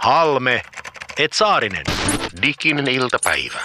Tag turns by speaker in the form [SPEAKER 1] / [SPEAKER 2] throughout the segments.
[SPEAKER 1] Halme, et Saarinen.
[SPEAKER 2] Diginen iltapäivä.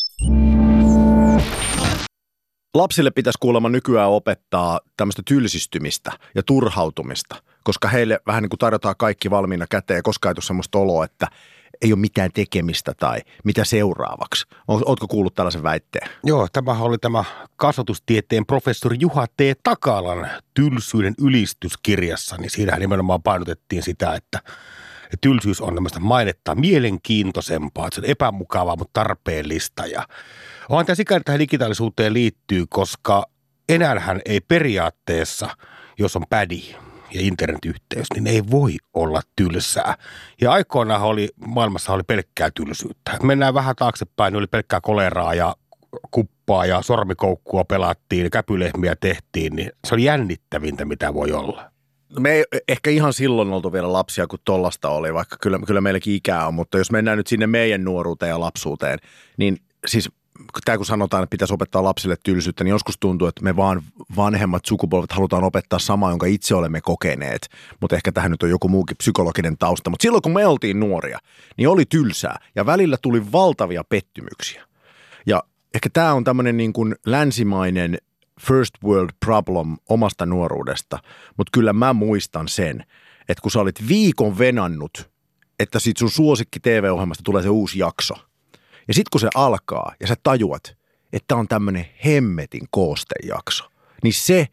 [SPEAKER 3] Lapsille pitäisi kuulemma nykyään opettaa tämmöistä tylsistymistä ja turhautumista, koska heille vähän niin kuin tarjotaan kaikki valmiina käteen ja koskaan ei tule semmoista oloa, että ei ole mitään tekemistä tai mitä seuraavaksi. Ootko kuullut tällaisen väitteen?
[SPEAKER 4] Joo, tämähän oli tämä kasvatustieteen professori Juha T. Takalan tylsyyden ylistyskirjassa, niin siinähän nimenomaan painotettiin sitä, että tylsyys on tämmöistä mainetta mielenkiintoisempaa, että se on epämukavaa, mutta tarpeellista. Ja onhan tämä sikäli tähän digitaalisuuteen liittyy, koska enäähän ei periaatteessa, jos on pädi ja internetyhteys, niin ei voi olla tylsää. Ja aikoinaan maailmassa oli pelkkää tylsyyttä. Mennään vähän taaksepäin, niin oli pelkkää koleraa ja kuppaa ja sormikoukkua pelattiin, käpylehmiä tehtiin, niin se oli jännittävintä, mitä voi olla.
[SPEAKER 3] Me ei ehkä ihan silloin oltu vielä lapsia, kun tollasta oli, vaikka kyllä meilläkin ikää on, mutta jos mennään nyt sinne meidän nuoruuteen ja lapsuuteen, niin siis tämä kun sanotaan, että pitäisi opettaa lapsille tylsyyttä, niin joskus tuntuu, että me vaan vanhemmat sukupolvet halutaan opettaa samaa, jonka itse olemme kokeneet, mutta ehkä tähän nyt on joku muukin psykologinen tausta. Mutta silloin kun me oltiin nuoria, niin oli tylsää ja välillä tuli valtavia pettymyksiä. Ja ehkä tämä on tämmöinen niin kuin länsimainen first world problem omasta nuoruudesta, mutta kyllä mä muistan sen, että kun sä olit viikon venannut, että sit sun suosikki TV-ohjelmasta tulee se uusi jakso. Ja sit kun se alkaa ja sä tajuat, että on tämmönen hemmetin koostejakso, niin se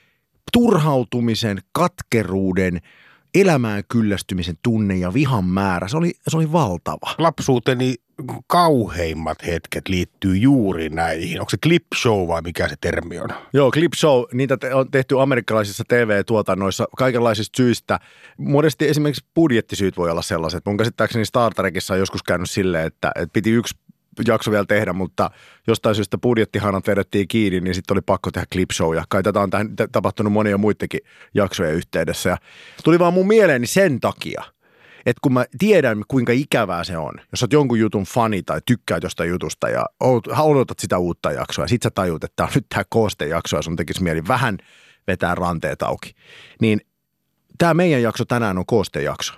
[SPEAKER 3] turhautumisen, katkeruuden, elämään kyllästymisen tunne ja vihan määrä, se oli valtava.
[SPEAKER 4] Lapsuuteni kauheimmat hetket liittyy juuri näihin. Onko se clip show vai mikä se termi on?
[SPEAKER 3] Joo, clip show, niitä on tehty amerikkalaisissa TV-tuotannoissa kaikenlaisista syistä. Muodosti esimerkiksi budjettisyyt voi olla sellaiset. Mun käsittääkseni Star Trekissa on joskus käynyt silleen, että piti yksi jakso vielä tehdä, mutta jostain syystä budjettihanat vedettiin kiinni, niin sitten oli pakko tehdä clip show. Ja kai tätä on tapahtunut monia muidenkin jaksojen yhteydessä. Ja tuli vaan mun mieleeni sen takia, että kun mä tiedän, kuinka ikävää se on, jos oot jonkun jutun fani tai tykkäät jostain jutusta ja odotat sitä uutta jaksoa ja sit sä tajuut, että tää on nyt tää koostejakso ja sun tekisi mieli vähän vetää ranteet auki, niin tää meidän jakso tänään on koostejakso.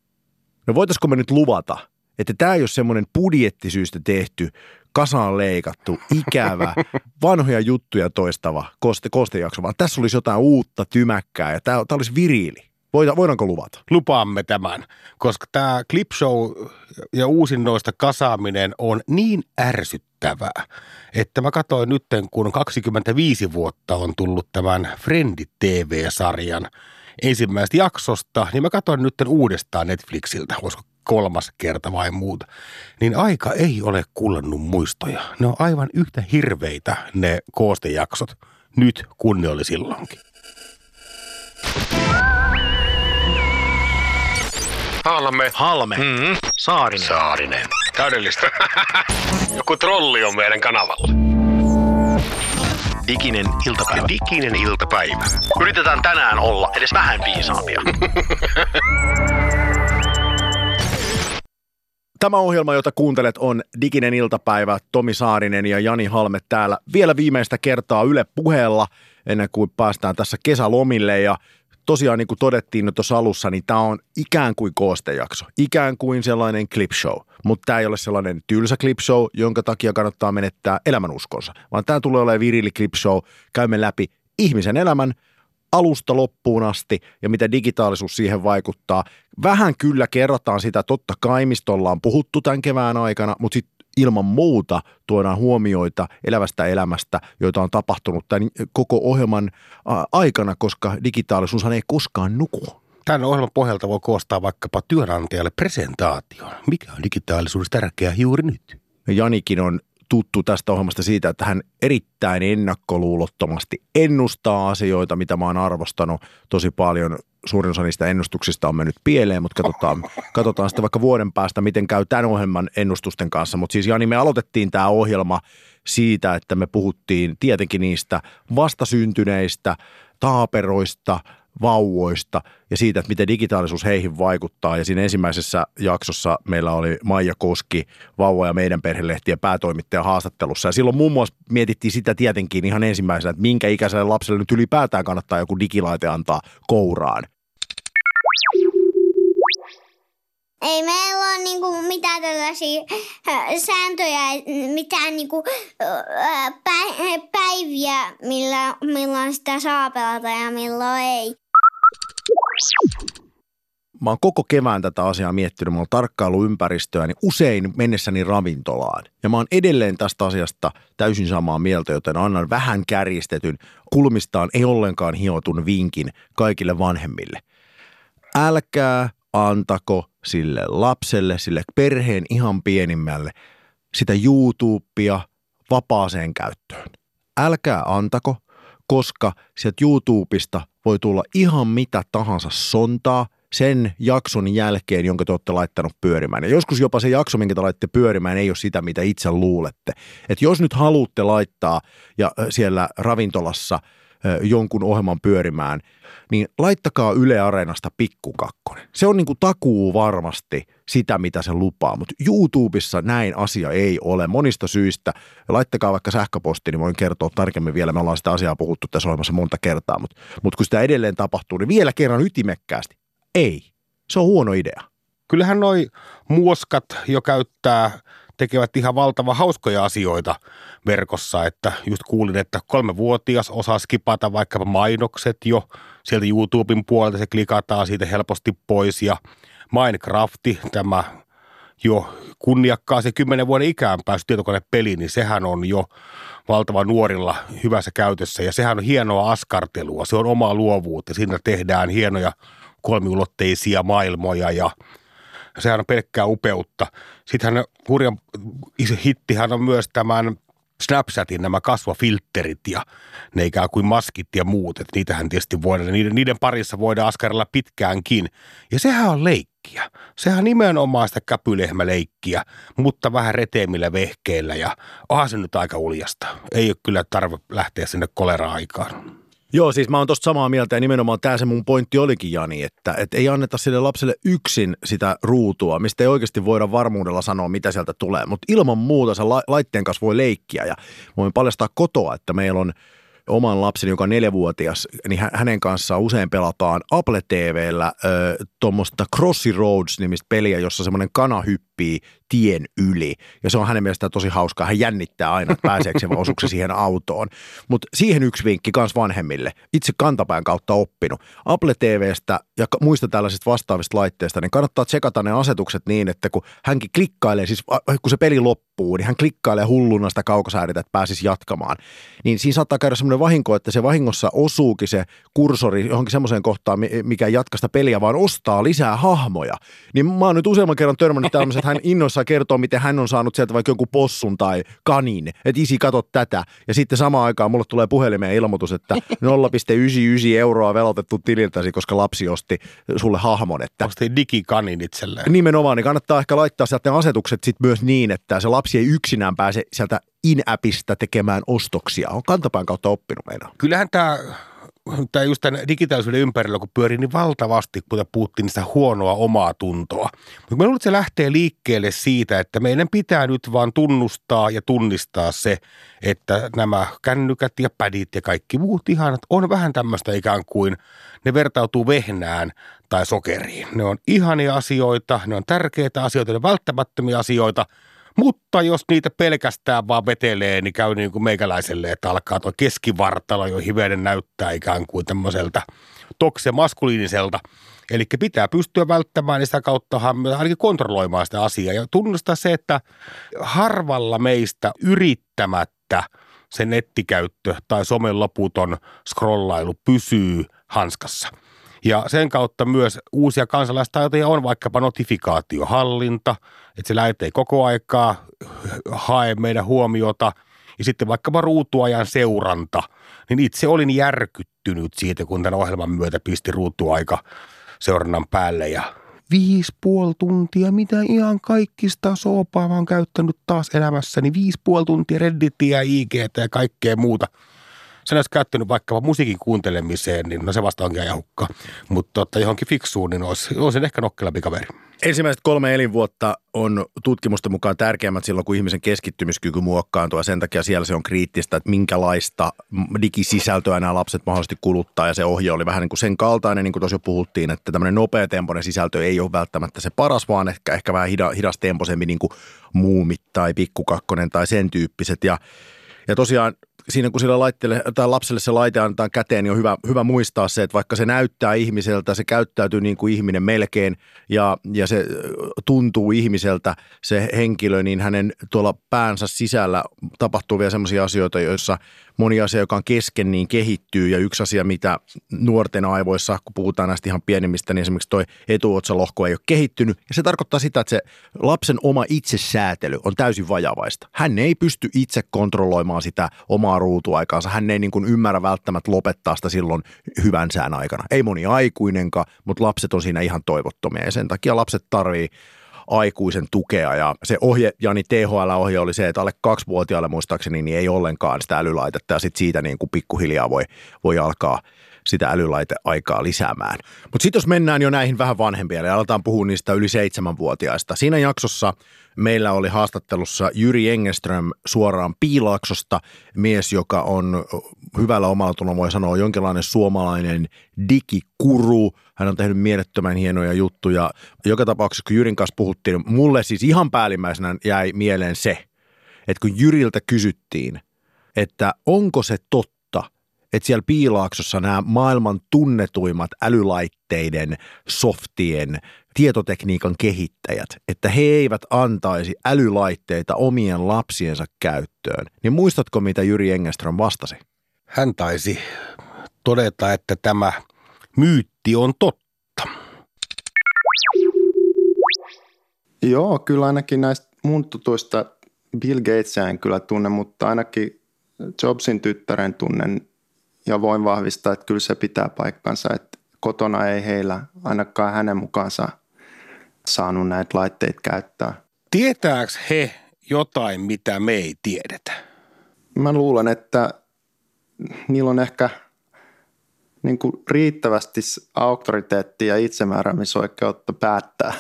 [SPEAKER 3] No voitaisko me nyt luvata, että tää ei ole semmoinen budjettisyystä tehty, kasaan leikattu, ikävä, vanhoja juttuja toistava koostejakso, vaan tässä olisi jotain uutta tymäkkää ja tää olisi viriili. Voidaanko luvata?
[SPEAKER 4] Lupaamme tämän, koska tämä clip show ja uusinnoista kasaaminen on niin ärsyttävää, että mä katsoin nyt, kun 25 vuotta on tullut tämän Friendit TV-sarjan ensimmäisestä jaksosta, niin mä katsoin nyt uudestaan Netflixiltä, olisiko 3. kerta vai muuta. Niin aika ei ole kullannut muistoja. Ne on aivan yhtä hirveitä ne koostejaksot nyt, kun ne oli silloinkin.
[SPEAKER 2] Halme. Saarinen. Täydellistä. Joku trolli on meidän kanavalla.
[SPEAKER 1] Diginen iltapäivä.
[SPEAKER 2] Diginen iltapäivä.
[SPEAKER 1] Yritetään tänään olla edes vähän viisaampia.
[SPEAKER 3] Tämä ohjelma, jota kuuntelet, on Diginen iltapäivä. Tomi Saarinen ja Jani Halme täällä vielä viimeistä kertaa Yle Puheella ennen kuin päästään tässä kesälomille. Ja tosiaan niin kuin todettiin tuossa alussa, niin tämä on ikään kuin koostejakso, ikään kuin sellainen clip show. Mutta tämä ei ole sellainen tylsä clip show, jonka takia kannattaa menettää elämänuskonsa, vaan tämä tulee olemaan virili clip show. Käymme läpi ihmisen elämän alusta loppuun asti ja mitä digitaalisuus siihen vaikuttaa. Vähän kyllä kerrotaan sitä, totta kai mistä ollaan puhuttu tämän kevään aikana, mutta sitten ilman muuta tuodaan huomioita elävästä elämästä, joita on tapahtunut tämän koko ohjelman aikana, koska digitaalisuushan ei koskaan nuku.
[SPEAKER 4] Tämän ohjelman pohjalta voi koostaa vaikkapa työnantajalle presentaation. Mikä on digitaalisuudessa tärkeää juuri nyt?
[SPEAKER 3] Janikin on tuttu tästä ohjelmasta siitä, että hän erittäin ennakkoluulottomasti ennustaa asioita, mitä mä oon arvostanut tosi paljon. Suurin osa niistä ennustuksista on mennyt pieleen, mutta katsotaan sitten vaikka vuoden päästä, miten käy tämän ohjelman ennustusten kanssa. Mutta siis Jani, me aloitettiin tämä ohjelma siitä, että me puhuttiin tietenkin niistä vastasyntyneistä, taaperoista, vauvoista ja siitä, että miten digitaalisuus heihin vaikuttaa. Ja siinä ensimmäisessä jaksossa meillä oli Maija Koski, Vauva ja meidän perhelehtien päätoimittaja haastattelussa. Ja silloin muun muassa mietittiin sitä tietenkin ihan ensimmäisenä, että minkä ikäiselle lapselle nyt ylipäätään kannattaa joku digilaite antaa kouraan.
[SPEAKER 5] Ei meillä ole niinku mitään tällaisia sääntöjä, mitään niinku päiviä, milloin sitä saa pelata ja milloin ei.
[SPEAKER 3] Mä oon koko kevään tätä asiaa miettinyt, mä oon tarkkaillut ympäristöäni usein mennessäni ravintolaan. Ja mä oon edelleen tästä asiasta täysin samaa mieltä, joten annan vähän kärjistetyn, kulmistaan ei ollenkaan hiotun vinkin kaikille vanhemmille. Älkää antako sille lapselle, sille perheen ihan pienimmälle sitä YouTubea vapaaseen käyttöön. Älkää antako, koska sieltä YouTubesta voi tulla ihan mitä tahansa sontaa sen jakson jälkeen, jonka te olette laittanut pyörimään. Ja joskus jopa se jakso, minkä te laitte pyörimään, ei ole sitä, mitä itse luulette. Että jos nyt haluatte laittaa ja siellä ravintolassa jonkun ohjelman pyörimään, niin laittakaa Yle Areenasta Pikku Kakkonen. Se on niin kuin takuu varmasti sitä, mitä se lupaa, mutta YouTubessa näin asia ei ole monista syistä. Laittakaa vaikka sähköposti, niin voin kertoa tarkemmin vielä. Me ollaan sitä asiaa puhuttu tässä ohjelmassa monta kertaa, mutta kun sitä edelleen tapahtuu, niin vielä kerran ytimekkäästi. Ei. Se on huono idea.
[SPEAKER 4] Kyllähän noi muoskat jo tekevät ihan valtavan hauskoja asioita verkossa, että just kuulin, että 3-vuotias osaa skipata vaikkapa mainokset jo sieltä YouTuben puolelta, se klikataan siitä helposti pois ja Minecrafti, tämä jo kunniakkaaseen 10 vuoden ikään päässyt tietokonepeliin, niin sehän on jo valtavan nuorilla hyvässä käytössä ja sehän on hienoa askartelua, se on omaa luovuutta, siinä tehdään hienoja kolmiulotteisia maailmoja ja sehän on pelkkää upeutta. Sittenhän hurjan iso hittihän on myös tämän Snapchatin nämä kasvofilterit ja ne ikään kuin maskit ja muut, että niitähän tietysti voidaan, niiden parissa voidaan askarella pitkäänkin. Ja sehän on leikkiä. Sehän on nimenomaan sitä käpylehmäleikkiä, mutta vähän reteämmillä vehkeillä ja onhan se nyt aika uljasta. Ei ole kyllä tarve lähteä sinne kolera-aikaan.
[SPEAKER 3] Joo, siis mä oon tosta samaa mieltä ja nimenomaan tämä se mun pointti olikin, Jani, että ei anneta sille lapselle yksin sitä ruutua, mistä ei oikeasti voida varmuudella sanoa, mitä sieltä tulee. Mutta ilman muuta se laitteen kanssa voi leikkiä ja voin paljastaa kotoa, että meillä on oman lapseni, joka on 4-vuotias, niin hänen kanssaan usein pelataan Apple TV:llä tuommoista Crossy Roads-nimistä peliä, jossa semmoinen kana hyppii tien yli. Ja se on hänen mielestään tosi hauskaa. Hän jännittää aina, että pääseekö se vai osuuko se siihen autoon. Mutta siihen yksi vinkki kans vanhemmille. Itse kantapään kautta oppinut. Apple TV:stä ja muista tällaisista vastaavista laitteista, niin kannattaa tsekata ne asetukset niin, että kun hänkin klikkailee, siis kun se peli loppuu, niin hän klikkailee hulluna sitä kaukosäädintä, että pääsisi jatkamaan. Niin siinä saattaa käydä semmoinen vahinko, että se vahingossa osuukin se kursori johonkin semmoiseen kohtaan, mikä ei jatka sitä peliä, vaan ostaa lisää hahmoja. Niin mä oon nyt useamman kerran törmännyt tämmöisen, että hän innoissaan kertoo, miten hän on saanut sieltä vaikka joku possun tai kanin. Että isi, kato tätä. Ja sitten samaan aikaan mulle tulee puhelimeen ilmoitus, että 0,99 € velotettu tililtäsi, koska lapsi osti sulle hahmon. Että
[SPEAKER 4] osti digikanin itselleen.
[SPEAKER 3] Nimenomaan, niin kannattaa ehkä laittaa sieltä ne asetukset sit myös niin, että se lapsi ei yksinään pääse sieltä in-appista tekemään ostoksia. On kantapään kautta oppinut meidän.
[SPEAKER 4] Kyllähän tämä just tämän digitaalisuuden ympärillä, kun pyörii niin valtavasti, kuten puhuttiin, sitä huonoa omaa tuntoa. Mutta mä luulen, että se lähtee liikkeelle siitä, että meidän pitää nyt vaan tunnustaa ja tunnistaa se, että nämä kännykät ja pädit ja kaikki muut ihanat on vähän tämmöistä ikään kuin ne vertautuu vehnään tai sokeriin. Ne on ihania asioita, ne on tärkeitä asioita, ne on välttämättömiä asioita. Mutta jos niitä pelkästään vaan vetelee, niin käy niin kuin meikäläiselle, että alkaa tuo keskivartalo jo hivenen näyttää ikään kuin tämmöiseltä maskuliiniselta. Eli pitää pystyä välttämään ja sitä kautta ainakin kontrolloimaan sitä asiaa ja tunnustaa se, että harvalla meistä yrittämättä se nettikäyttö tai somen loputon scrollailu pysyy hanskassa. Ja sen kautta myös uusia kansalaistaitoja on vaikkapa notifikaatiohallinta, että se lähtee koko aikaa hae meidän huomiota ja sitten vaikkapa ruutuajan seuranta. Niin itse olin järkyttynyt siitä, kun tämän ohjelman myötä pisti ruutuaika seurannan päälle ja 5,5 tuntia, mitä ihan kaikista soopaa mä oon käyttänyt taas elämässäni. 5,5 tuntia Redditia, IGtä ja kaikkea muuta. Sen olisi käyttänyt vaikka musiikin kuuntelemiseen, niin no se vasta onkin ajahukka. Mutta johonkin fiksuun, niin olisi ehkä nokkelampi kaveri.
[SPEAKER 3] Ensimmäiset 3 elinvuotta on tutkimusten mukaan tärkeimmät silloin, kun ihmisen keskittymiskyky muokkaantuu ja sen takia siellä se on kriittistä, että minkälaista digisisältöä nämä lapset mahdollisesti kuluttaa ja se ohje oli vähän niin kuin sen kaltainen, niin kuin tuossa jo puhuttiin, että tämmöinen nopeatempoinen sisältö ei ole välttämättä se paras, vaan ehkä vähän hidastempoisempi niin kuin Muumit tai Pikkukakkonen tai sen tyyppiset ja tosiaan siinä kun sillä laitteelle tai lapselle se laite annetaan käteen, niin on hyvä muistaa se, että vaikka se näyttää ihmiseltä, se käyttäytyy niin kuin ihminen melkein ja se tuntuu ihmiseltä se henkilö, niin hänen tuolla päänsä sisällä tapahtuu vielä sellaisia asioita, joissa moni asia, joka on kesken, niin kehittyy ja yksi asia, mitä nuorten aivoissa, kun puhutaan näistä ihan pienemmistä, niin esimerkiksi toi etuotsalohko ei ole kehittynyt ja se tarkoittaa sitä, että se lapsen oma itsesäätely on täysin vajavaista. Hän ei pysty itse kontrolloimaan sitä omaa ruutuaikaansa. Hän ei niin kuin ymmärrä välttämättä lopettaa sitä silloin hyvän sään aikana. Ei moni aikuinenkaan, mutta lapset on siinä ihan toivottomia ja sen takia lapset tarvii aikuisen tukea ja se ohje, Jani THL-ohje oli se, että alle 2-vuotiaalle muistaakseni niin ei ollenkaan sitä älylaitetta ja sitten siitä niin kuin pikkuhiljaa voi alkaa sitä älylaiteaikaa lisäämään. Mutta sitten jos mennään jo näihin vähän vanhempia ja aletaan puhua niistä yli 7-vuotiaista. Siinä jaksossa meillä oli haastattelussa Jyri Engelström suoraan Piilaaksosta, mies, joka on hyvällä omalla tunnolla voi sanoa jonkinlainen suomalainen digikuru. Hän on tehnyt mielettömän hienoja juttuja. Joka tapauksessa, kun Jyrin kanssa puhuttiin, mulle siis ihan päällimmäisenä jäi mieleen se, että kun Jyriltä kysyttiin, että onko se totta, että siellä Piilaaksossa nämä maailman tunnetuimmat älylaitteiden, softien, tietotekniikan kehittäjät, että he eivät antaisi älylaitteita omien lapsiensa käyttöön. Niin muistatko, mitä Jyri Engelström vastasi?
[SPEAKER 4] Hän taisi todeta, että tämä myytti on totta.
[SPEAKER 6] Joo, kyllä ainakin näistä mun tutuista Bill Gatesia en kyllä tunne, mutta ainakin Jobsin tyttären tunnen ja voin vahvistaa, että kyllä se pitää paikkansa, että kotona ei heillä ainakaan hänen mukaansa saanut näitä laitteita käyttää.
[SPEAKER 4] Tietääks he jotain, mitä me ei tiedetä?
[SPEAKER 6] Mä luulen, että niillä on ehkä niin kuin riittävästi auktoriteettia ja itsemääräämisoikeutta päättää.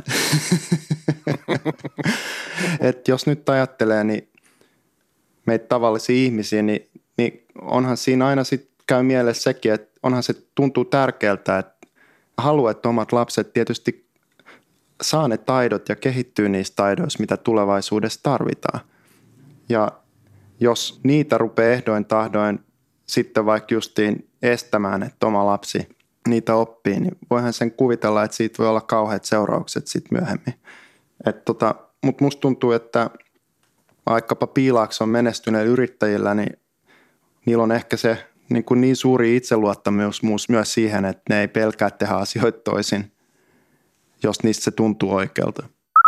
[SPEAKER 6] Et jos nyt ajattelee, niin meitä tavallisia ihmisiä, niin onhan siinä aina sitten käy mielessä sekin, että onhan se tuntuu tärkeältä, että haluaa, että omat lapset tietysti saa ne taidot ja kehittyy niistä taidoista, mitä tulevaisuudessa tarvitaan. Ja jos niitä rupeaa ehdoin tahdoin sitten vaikka justiin estämään, että oma lapsi niitä oppii, niin voihan sen kuvitella, että siitä voi olla kauheat seuraukset sitten myöhemmin. Mutta musta tuntuu, että vaikkapa Piilaakson menestyneillä yrittäjillä, niin niillä on ehkä se niin suuri itseluottamus myös siihen, että ne ei pelkää tehdä asioita toisin, jos niistä se tuntuu oikealta.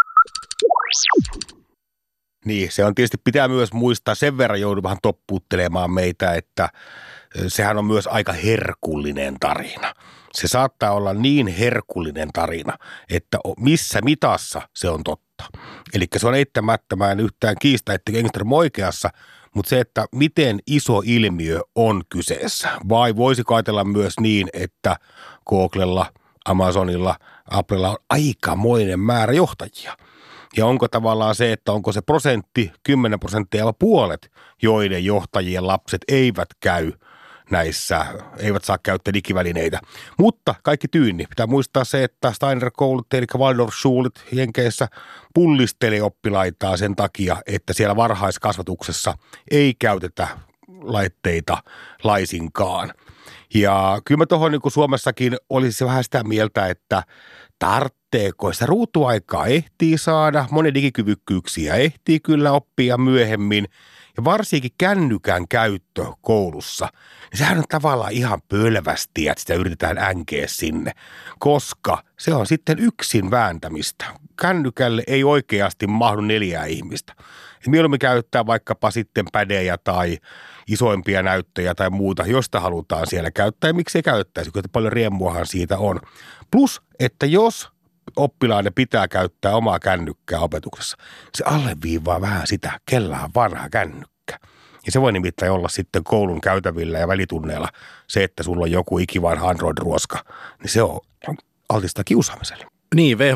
[SPEAKER 4] Niin, se on tietysti pitää myös muistaa, sen verran joudun vähän toppuuttelemaan meitä, että sehän on myös aika herkullinen tarina. Se saattaa olla niin herkullinen tarina, että missä mitassa se on totta. Eli se on eittämättä, mä en yhtään kiistä, että Engström oikeassa, mutta se, että miten iso ilmiö on kyseessä. Vai voisiko ajatella myös niin, että Googlella, Amazonilla, Applella on aikamoinen määrä johtajia. Ja onko tavallaan se, että onko se 10% vai puolet, joiden johtajien lapset eivät käy näissä, eivät saa käyttää digivälineitä. Mutta kaikki tyynni. Pitää muistaa se, että Steiner-koulut, eli Waldorf-schulit Jenkeissä pullisteli oppilaitaan sen takia, että siellä varhaiskasvatuksessa ei käytetä laitteita laisinkaan. Ja kyllä mä tuohon niin kuin Suomessakin olisi vähän sitä mieltä, että tarvitseeko sitä ruutuaikaa ehtii saada, monen digikyvykkyyksiä ehtii kyllä oppia myöhemmin. Ja varsinkin kännykän käyttö koulussa, niin sehän on tavallaan ihan pölvästi, että sitä yritetään änkeä sinne, koska se on sitten yksin vääntämistä. Kännykälle ei oikeasti mahdu 4 ihmistä. Et mieluummin käyttää vaikkapa sitten pädejä tai isoimpia näyttöjä tai muuta, josta halutaan siellä käyttää ja miksei käyttäisi, kun paljon riemuahan siitä on. Plus, että jos oppilaiden pitää käyttää omaa kännykkää opetuksessa, se alleviivaa vähän sitä, kellään vanha kännykkä. Ja se voi nimittäin olla sitten koulun käytävillä ja välitunneilla se, että sulla on joku ikivanha Android-ruoska, niin se on altista kiusaamiselle.
[SPEAKER 3] Niin, WHO on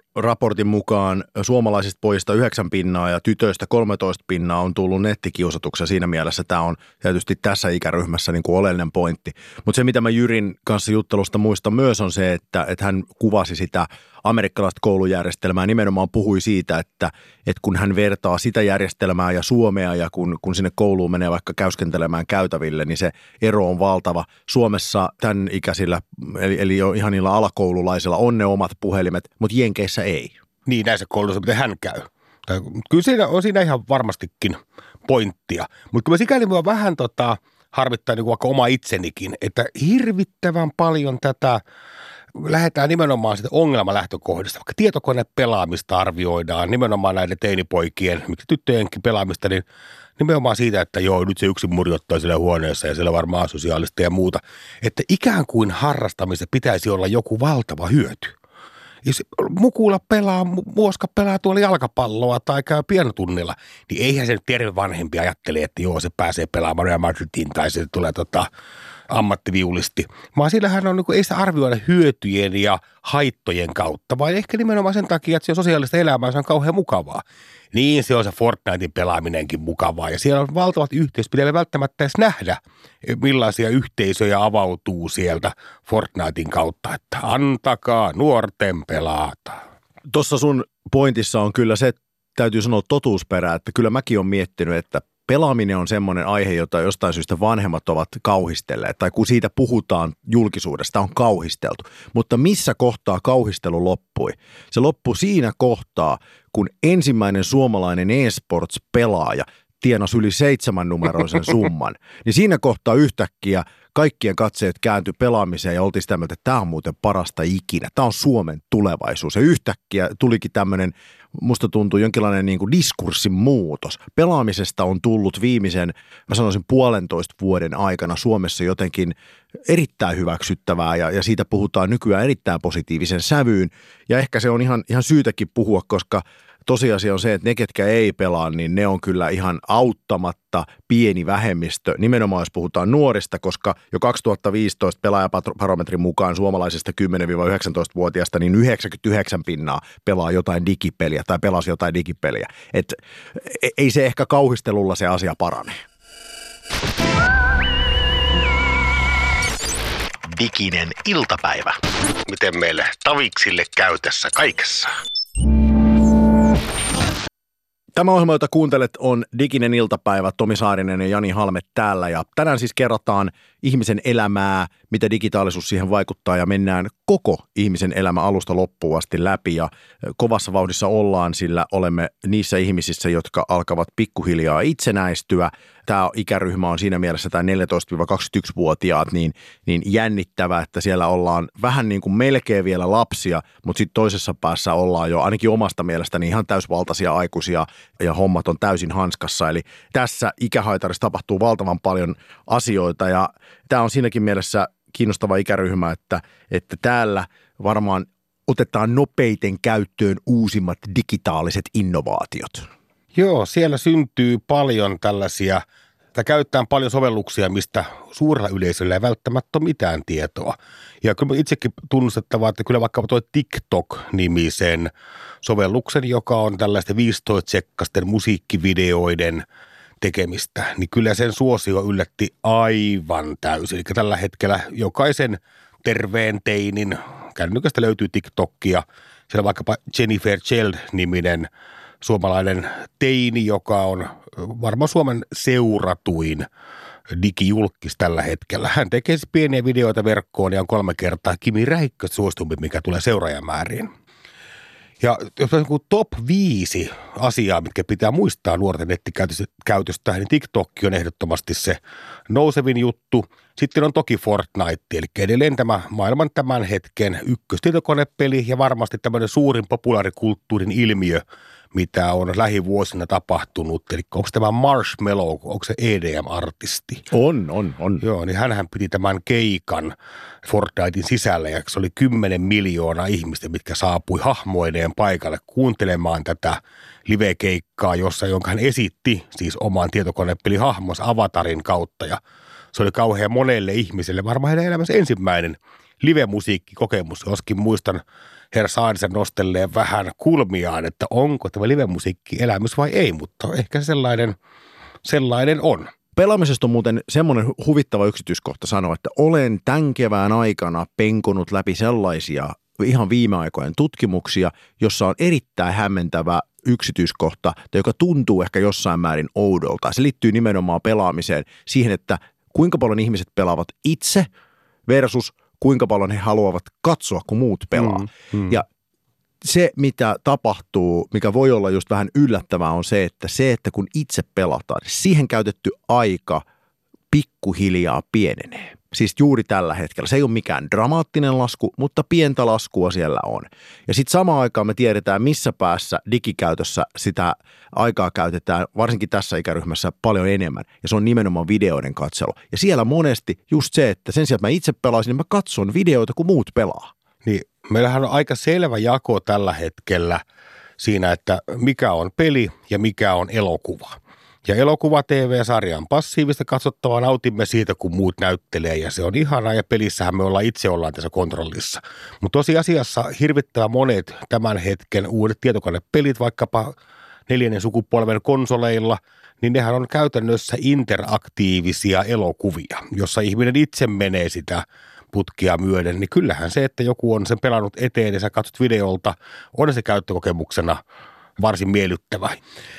[SPEAKER 3] raportin mukaan suomalaisista pojista 9% ja tytöistä 13% on tullut nettikiusatuksi. Siinä mielessä tämä on tietysti tässä ikäryhmässä niin kuin oleellinen pointti. Mutta se, mitä mä Jyrin kanssa juttelusta muistan myös, on se, että hän kuvasi sitä amerikkalaista koulujärjestelmää, nimenomaan puhui siitä, että kun hän vertaa sitä järjestelmää ja Suomea ja kun sinne kouluun menee vaikka käyskentelemään käytäville, niin se ero on valtava. Suomessa tämän ikäisillä, eli jo ihan niillä alakoululaisilla on ne omat puhelimet, mutta Jenkeissä ei.
[SPEAKER 4] Niin, näissä kouluissa, miten hän käy. Kyllä siinä ihan varmastikin pointtia, mutta kyllä sikäli minua vähän harmittaa niin kuin vaikka oma itsenikin, että hirvittävän paljon tätä lähdetään nimenomaan sitä ongelmalähtökohdista, vaikka tietokonepelaamista arvioidaan, nimenomaan näiden teinipoikien, miksi tyttöjenkin pelaamista, niin nimenomaan siitä, että joo, nyt se yksin murjottaa siellä huoneessa ja siellä varmaan sosiaalista ja muuta, että ikään kuin harrastamista pitäisi olla joku valtava hyöty. Jos mukula pelaa, muoska pelaa tuolla jalkapalloa tai käy pianotunnilla, niin eihän se nyt terve vanhempi ajattele, että joo, se pääsee pelaamaan Real Madridin tai se tulee ammattiviulisti. Vaan sillähän on, ei sitä arvioida hyötyjen ja haittojen kautta, vaan ehkä nimenomaan sen takia, että se on sosiaalista elämää, se on kauhean mukavaa. Niin se on se Fortnitein pelaaminenkin mukavaa ja siellä on valtavat yhteisöt, pitää välttämättä edes nähdä, millaisia yhteisöjä avautuu sieltä Fortnitein kautta, että antakaa nuorten pelata.
[SPEAKER 3] Tuossa sun pointissa on kyllä se, täytyy sanoa totuusperä, että kyllä mäkin olen miettinyt, että pelaaminen on semmoinen aihe, jota jostain syystä vanhemmat ovat kauhistelleet, tai kun siitä puhutaan julkisuudesta, on kauhisteltu. Mutta missä kohtaa kauhistelu loppui? Se loppui siinä kohtaa, kun ensimmäinen suomalainen e-sports-pelaaja tienasi yli 7-numeroisen summan. Niin siinä kohtaa yhtäkkiä kaikkien katseet kääntyi pelaamiseen ja oltiin sitä mieltä, että tämä on muuten parasta ikinä. Tämä on Suomen tulevaisuus. Ja yhtäkkiä tulikin tämmöinen, musta tuntuu jonkinlainen niin kuin diskurssin muutos. Pelaamisesta on tullut viimeisen, mä sanoisin 1,5 vuoden aikana Suomessa jotenkin erittäin hyväksyttävää ja siitä puhutaan nykyään erittäin positiivisen sävyyn. Ja ehkä se on ihan syytäkin puhua, koska tosiasia on se, että ne, ketkä ei pelaa, niin ne on kyllä ihan auttamatta pieni vähemmistö, nimenomaan jos puhutaan nuorista, koska jo 2015 pelaajabarometrin mukaan suomalaisista 10-19-vuotiaista niin 99% pelaa jotain digipeliä tai pelasi jotain digipeliä. Et ei se ehkä kauhistelulla se asia parane.
[SPEAKER 1] Diginen iltapäivä.
[SPEAKER 2] Miten meille taviksille käy tässä kaikessa?
[SPEAKER 3] Tämä ohjelma, jota kuuntelet, on Diginen iltapäivä. Tomi Saarinen ja Jani Halme täällä. Ja tänään siis kerrotaan ihmisen elämää, mitä digitaalisuus siihen vaikuttaa ja mennään koko ihmisen elämä alusta loppuun asti läpi. Ja kovassa vauhdissa ollaan, sillä olemme niissä ihmisissä, jotka alkavat pikkuhiljaa itsenäistyä. Tämä ikäryhmä on siinä mielessä tämä 14-21-vuotiaat niin jännittävä, että siellä ollaan vähän niin kuin melkein vielä lapsia, mutta sitten toisessa päässä ollaan jo ainakin omasta mielestäni ihan täysvaltaisia aikuisia ja hommat on täysin hanskassa. Eli tässä ikähaitarissa tapahtuu valtavan paljon asioita ja tämä on siinäkin mielessä kiinnostava ikäryhmä, että täällä varmaan otetaan nopeiten käyttöön uusimmat digitaaliset innovaatiot.
[SPEAKER 4] Joo, siellä syntyy paljon tällaisia, tai käytetään paljon sovelluksia, mistä suurella yleisöllä ei välttämättä ole mitään tietoa. Ja kyllä itsekin tunnustettavaa, että kyllä vaikka tuo TikTok-nimisen sovelluksen, joka on tällaisten 15-sekkaisten musiikkivideoiden tekemistä, niin kyllä sen suosio yllätti aivan täysin. Eli tällä hetkellä jokaisen terveen teinin kännykästä löytyy TikTokia. Siellä vaikkapa Jennifer Child-niminen suomalainen teini, joka on varmaan Suomen seuratuin digijulkis tällä hetkellä. Hän tekee siis pieniä videoita verkkoon ja on 3 kertaa Kimi Räikköstä suositumpi, mikä tulee seuraajamääriin. Ja jos on top 5 asiaa, mitkä pitää muistaa nuorten nettikäytöstä, niin TikTok on ehdottomasti se nousevin juttu. Sitten on toki Fortnite, eli edelleen tämä maailman tämän hetken ykköstietokonepeli ja varmasti tämmöinen suurin populaarikulttuurin ilmiö, mitä on lähivuosina tapahtunut. Eli onko tämä Marshmello, onko se EDM-artisti?
[SPEAKER 3] On.
[SPEAKER 4] Joo, niin hänhän piti tämän keikan Fortnitein sisällä ja se oli 10 miljoonaa ihmistä, mitkä saapui hahmoineen paikalle kuuntelemaan tätä live-keikkaa, jonka hän esitti siis oman tietokonepelihahmonsa Avatarin kautta ja se oli kauhean monelle ihmiselle, varmaan heidän elämänsä ensimmäinen livemusiikkikokemus, joskin muistan herra Saarisen nostelleen vähän kulmiaan, että onko tämä livemusiikki elämys vai ei, mutta ehkä sellainen on.
[SPEAKER 3] Pelaamisesta on muuten semmoinen huvittava yksityiskohta sanoa, että olen tämän kevään aikana penkonut läpi sellaisia ihan viime aikojen tutkimuksia, jossa on erittäin hämmentävä yksityiskohta, joka tuntuu ehkä jossain määrin oudolta. Se liittyy nimenomaan pelaamiseen, siihen, että kuinka paljon ihmiset pelaavat itse versus kuinka paljon he haluavat katsoa, kun muut pelaa. Ja se, mitä tapahtuu, mikä voi olla just vähän yllättävää, on se, että kun itse pelataan, siihen käytetty aika pikkuhiljaa pienenee. Siis juuri tällä hetkellä. Se ei ole mikään dramaattinen lasku, mutta pientä laskua siellä on. Ja sitten samaan aikaan me tiedetään, missä päässä digikäytössä sitä aikaa käytetään, varsinkin tässä ikäryhmässä, paljon enemmän. Ja se on nimenomaan videoiden katselu. Ja siellä monesti just se, että sen sijaan, että mä itse pelaisin, niin mä katson videoita, kun muut pelaa.
[SPEAKER 4] Niin, meillähän on aika selvä jako tällä hetkellä siinä, että mikä on peli ja mikä on elokuva. Ja elokuva TV-sarja on passiivista katsottavaa, nautimme siitä, kun muut näyttelee ja se on ihanaa ja pelissähän me itse ollaan tässä kontrollissa. Mutta tosiasiassa hirvittävän monet tämän hetken uudet tietokonepelit, vaikkapa 4. sukupolven konsoleilla, niin nehän on käytännössä interaktiivisia elokuvia, jossa ihminen itse menee sitä putkia myöden, niin kyllähän se, että joku on sen pelannut eteen ja sä katsot videolta, on se käyttökokemuksena varsin miellyttävä.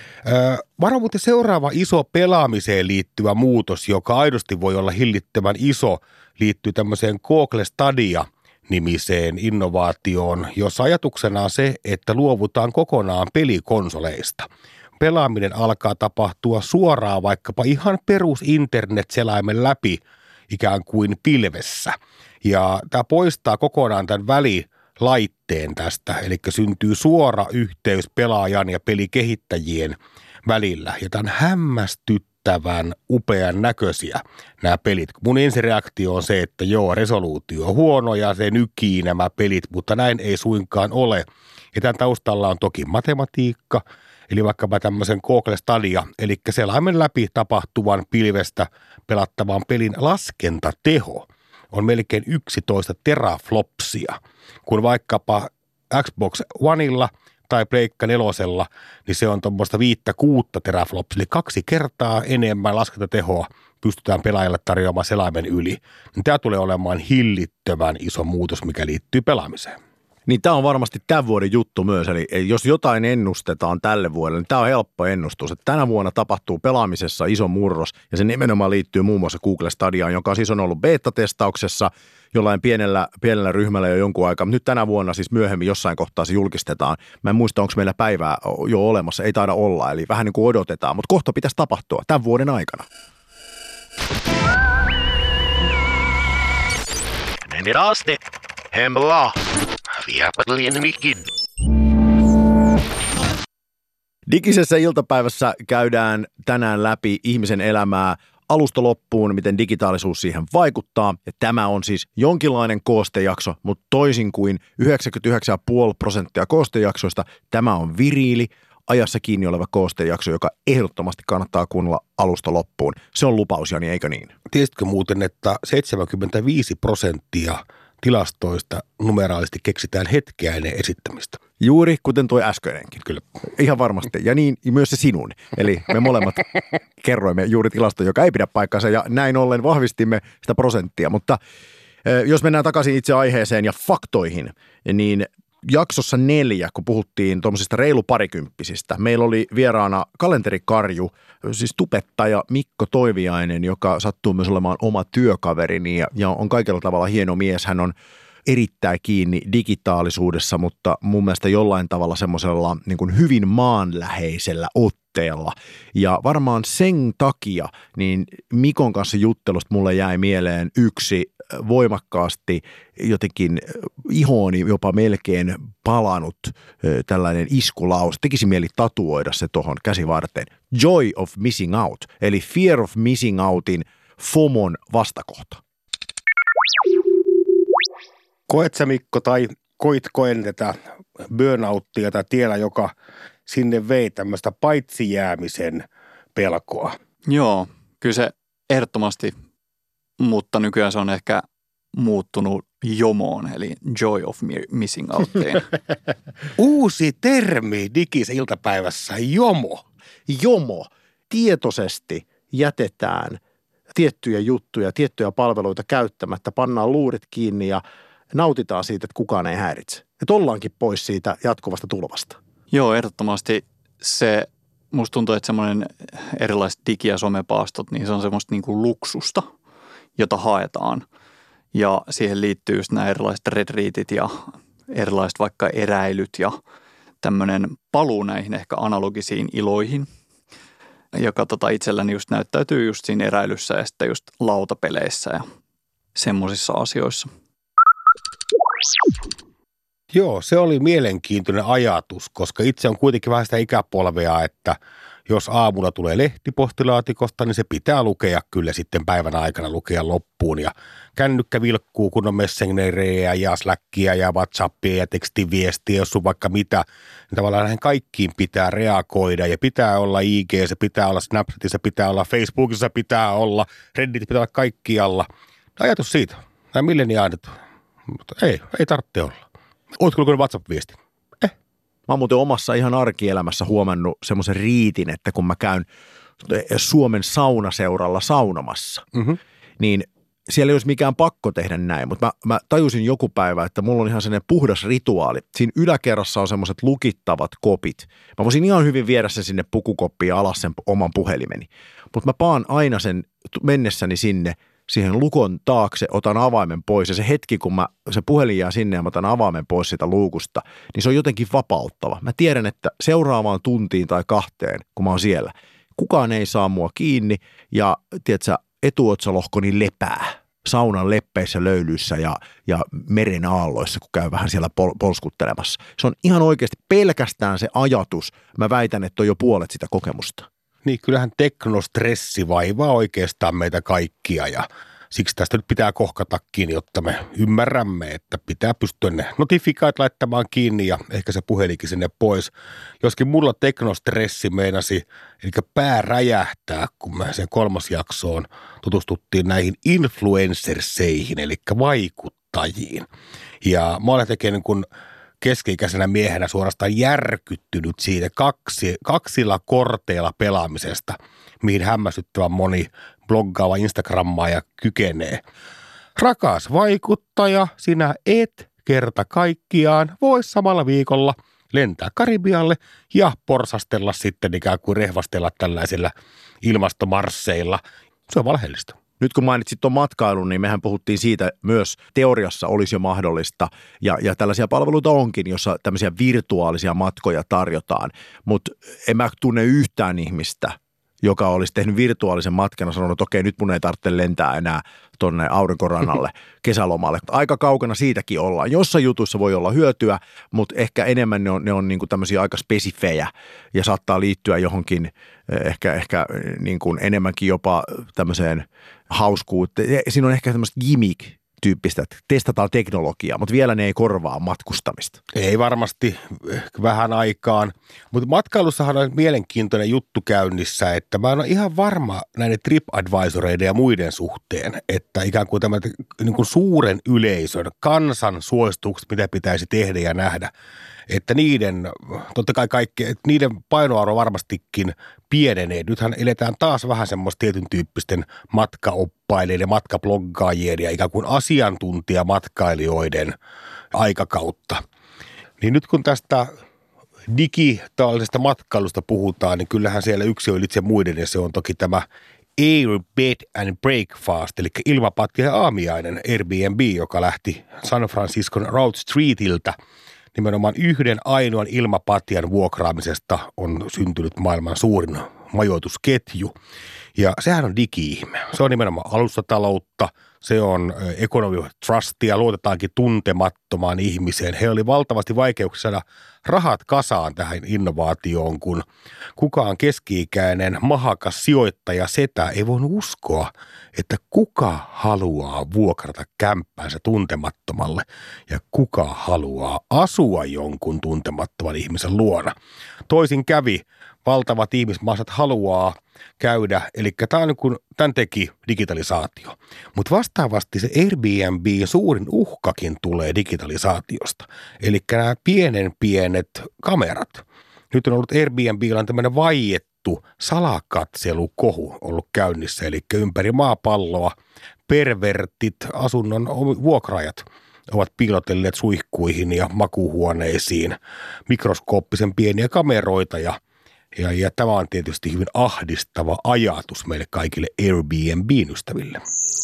[SPEAKER 4] Varo muuten seuraava iso pelaamiseen liittyvä muutos, joka aidosti voi olla hillittömän iso, liittyy tämmöiseen Google Stadia-nimiseen innovaatioon, jossa ajatuksena on se, että luovutaan kokonaan pelikonsoleista. Pelaaminen alkaa tapahtua suoraan vaikkapa ihan perus internet-selaimen läpi ikään kuin pilvessä. Ja tämä poistaa kokonaan tämän välilaitteen tästä, eli syntyy suora yhteys pelaajan ja pelikehittäjien välillä. Ja tämä on hämmästyttävän upean näköisiä nämä pelit. Mun ensireaktio on se, että joo, resoluutio on huono ja se nykii nämä pelit, mutta näin ei suinkaan ole. Ja tämän taustalla on toki matematiikka, eli vaikkapa tämmöisen Google Stadia, eli selaimen läpi tapahtuvan pilvestä pelattavan pelin laskentateho on melkein 11 teraflopsia, kun vaikkapa Xbox Oneilla tai Pleikka 4, niin se on tuommoista 5-6 teraflopsia, eli 2 kertaa enemmän laskentatehoa pystytään pelaajalle tarjoamaan selaimen yli. Tämä tulee olemaan hillittömän iso muutos, mikä liittyy pelaamiseen.
[SPEAKER 3] Niin tämä on varmasti tämän vuoden juttu myös, eli jos jotain ennustetaan tälle vuodelle, niin tämä on helppo ennustus, että tänä vuonna tapahtuu pelaamisessa iso murros, ja se nimenomaan liittyy muun muassa Google Stadiaan, joka siis on ollut beta-testauksessa jollain pienellä ryhmällä jo jonkun aikaa, mutta nyt tänä vuonna siis myöhemmin jossain kohtaa se julkistetaan. Mä en muista, onko meillä päivää jo olemassa, ei taida olla, eli vähän niin kuin odotetaan, mutta kohta pitäisi tapahtua tämän vuoden aikana.
[SPEAKER 2] Neni raaste. Hemla. Viapatlien vikin.
[SPEAKER 3] Digisessä iltapäivässä käydään tänään läpi ihmisen elämää alusta loppuun, miten digitaalisuus siihen vaikuttaa. Ja tämä on siis jonkinlainen koostejakso, mutta toisin kuin 99,5% koostejaksoista, tämä on viriili, ajassa kiinni oleva koostejakso, joka ehdottomasti kannattaa kuunnella alusta loppuun. Se on lupaus, Jani, eikö niin?
[SPEAKER 4] Tiesitkö muuten, että 75% tilastoista numeraalisesti keksitään hetkeä ennen esittämistä?
[SPEAKER 3] Juuri kuten tuo äskeinenkin.
[SPEAKER 4] Kyllä.
[SPEAKER 3] Ihan varmasti. Ja niin myös se sinun. Eli me molemmat kerroimme juuri tilasto, joka ei pidä paikkansa, ja näin ollen vahvistimme sitä prosenttia. Mutta jos mennään takaisin itse aiheeseen ja faktoihin, niin jaksossa 4, kun puhuttiin tuommoisista reilu parikymppisistä, meillä oli vieraana kalenterikarju, siis tubettaja Mikko Toiviainen, joka sattuu myös olemaan oma työkaverini ja on kaikella tavalla hieno mies. Hän on erittäin kiinni digitaalisuudessa, mutta mun mielestä jollain tavalla semmoisella niin kuin hyvin maanläheisellä otteella. Ja varmaan sen takia niin Mikon kanssa juttelusta mulle jäi mieleen yksi voimakkaasti jotenkin ihooni jopa melkein palanut tällainen iskulaus. Tekisi mieli tatuoida se tuohon käsivarteen. Joy of missing out, eli fear of missing outin FOMOn vastakohta.
[SPEAKER 4] Koet sä, Mikko, tai koen tätä burnouttia tai tiellä, joka sinne vei tämmöistä paitsi jäämisen pelkoa?
[SPEAKER 7] Joo, kyllä se ehdottomasti, mutta nykyään se on ehkä muuttunut jomoon, eli joy of missing outiin.
[SPEAKER 4] Uusi termi digis iltapäivässä, jomo.
[SPEAKER 3] Jomo. Tietoisesti jätetään tiettyjä juttuja, tiettyjä palveluita käyttämättä, pannaan luurit kiinni ja nautitaan siitä, että kukaan ei häiritse. Että ollaankin pois siitä jatkuvasta tulvasta.
[SPEAKER 7] Joo, ehdottomasti se, musta tuntuu, että semmoinen erilaiset digi- ja somepaastot, niin se on semmoista niin kuin luksusta, jota haetaan. Ja siihen liittyy just nämä erilaiset retreatit ja erilaiset vaikka eräilyt ja tämmöinen paluu näihin ehkä analogisiin iloihin, joka itselläni just näyttäytyy just siinä eräilyssä ja sitten just lautapeleissä ja semmoisissa asioissa.
[SPEAKER 4] Joo, se oli mielenkiintoinen ajatus, koska itse on kuitenkin vähän sitä ikäpolvea, että jos aamulla tulee lehti postilaatikosta, niin se pitää lukea kyllä sitten päivän aikana lukea loppuun. Ja kännykkä vilkkuu, kun on messengerejä ja Slackia ja WhatsAppia ja tekstiviestiä, jos on vaikka mitä. Niin tavallaan näihin kaikkiin pitää reagoida ja pitää olla IG, se pitää olla Snapchatissa, pitää olla Facebookissa, pitää olla Reddit, pitää olla kaikkialla. Ajatus siitä. Nämä milleniaalit, mutta ei tarvitse olla. Oletko lukenut WhatsApp-viesti?
[SPEAKER 3] Mä oon muuten omassa ihan arkielämässä huomannut semmoisen riitin, että kun mä käyn Suomen saunaseuralla saunomassa, niin siellä ei olisi mikään pakko tehdä näin, mutta mä tajusin joku päivä, että mulla on ihan sellainen puhdas rituaali. Siinä yläkerrassa on semmoiset lukittavat kopit. Mä voisin ihan hyvin viedä sen sinne pukukoppiin alas sen oman puhelimeni, mutta mä paan aina sen mennessäni sinne siihen lukon taakse, otan avaimen pois ja se hetki, kun se puhelin jää sinne ja mä otan avaimen pois siitä luukusta, niin se on jotenkin vapauttava. Mä tiedän, että seuraavaan tuntiin tai 2, kun mä oon siellä, kukaan ei saa mua kiinni ja tiedätkö, etuotsalohkoni lepää saunan leppeissä, löylyissä ja meren aalloissa, kun käy vähän siellä polskuttelemassa. Se on ihan oikeasti pelkästään se ajatus. Mä väitän, että on jo puolet sitä kokemusta.
[SPEAKER 4] Niin, kyllähän teknostressi vaivaa oikeastaan meitä kaikkia ja siksi tästä nyt pitää kohkata kiinni, jotta me ymmärrämme, että pitää pystyä ne notifikaat laittamaan kiinni ja ehkä se puhelinkin sinne pois. Joskin mulla teknostressi meinasi, eli pää räjähtää, kun me sen 3. jaksoon tutustuttiin näihin influencerseihin, eli vaikuttajiin. Ja mä olen tekemään kun keski-ikäisenä miehenä suorastaan järkyttynyt siitä kaksilla korteilla pelaamisesta, mihin hämmästyttävän moni bloggaava Instagrammaaja kykenee. Rakas vaikuttaja, sinä et kerta kaikkiaan voi samalla viikolla lentää Karibialle ja porsastella sitten ikään kuin rehvastella tällaisilla ilmastomarsseilla. Se on valheellista.
[SPEAKER 3] Nyt kun mainitsit tuon matkailun, niin mehän puhuttiin siitä myös teoriassa olisi jo mahdollista ja tällaisia palveluita onkin, jossa tämmöisiä virtuaalisia matkoja tarjotaan, mutta en mä tunne yhtään ihmistä, joka olisi tehnyt virtuaalisen matkan ja sanonut, että okei, nyt mun ei tarvitse lentää enää tuonne aurinkorannalle kesälomalle. Aika kaukana siitäkin ollaan. Jossain jutuissa voi olla hyötyä, mutta ehkä enemmän ne on niin kuin tämmöisiä aika spesifejä ja saattaa liittyä johonkin ehkä niin kuin enemmänkin jopa tämmöiseen hauskuuteen. Siinä on ehkä tämmöistä gimmick-tyyppistä, että testataan teknologiaa, mutta vielä ne ei korvaa matkustamista.
[SPEAKER 4] Ei varmasti vähän aikaan, mutta matkailussahan on mielenkiintoinen juttu käynnissä, että mä en ole ihan varma näiden TripAdvisoreiden ja muiden suhteen, että ikään kuin tämä niin kuin suuren yleisön, kansan suositukset, mitä pitäisi tehdä ja nähdä, että niiden, totta kai kaikki, että niiden painoarvo varmastikin pienenee. Nythän eletään taas vähän semmoista tietyn tyyppisten matkaoppailijoiden ja matkabloggaajien ja ikään kuin asiantuntijamatkailijoiden aikakautta. Niin nyt kun tästä digitaalisesta matkailusta puhutaan, niin kyllähän siellä yksi on ylitse muiden ja se on toki tämä Air, Bed and Breakfast, eli ilmapatja ja aamiainen Airbnb, joka lähti San Franciscon Route Streetiltä. Nimenomaan yhden ainoan ilmapatjan vuokraamisesta on syntynyt maailman suurin majoitusketju. Ja sehän on digi-ihme. Se on nimenomaan alustataloutta, se on economy of trustia, luotetaankin tuntemattomaan ihmiseen. He oli valtavasti vaikeuksia saada rahat kasaan tähän innovaatioon, kun kukaan keski-ikäinen mahakas sijoittaja setä ei voinut uskoa, että kuka haluaa vuokrata kämppäänsä tuntemattomalle ja kuka haluaa asua jonkun tuntemattoman ihmisen luona. Toisin kävi. valtavat ihmismassat haluaa käydä. Eli tämä on niin kuin, tämän teki digitalisaatio. Mutta vastaavasti se Airbnb suurin uhkakin tulee digitalisaatiosta. Eli nämä pienet kamerat. Nyt on ollut Airbnb:llä tämmöinen vaiettu salakatselukohu ollut käynnissä. Eli ympäri maapalloa pervertit, asunnon vuokraajat ovat piilotelleet suihkuihin ja makuuhuoneisiin mikroskooppisen pieniä kameroita ja tämä on tietysti hyvin ahdistava ajatus meille kaikille Airbnb:n ystäville.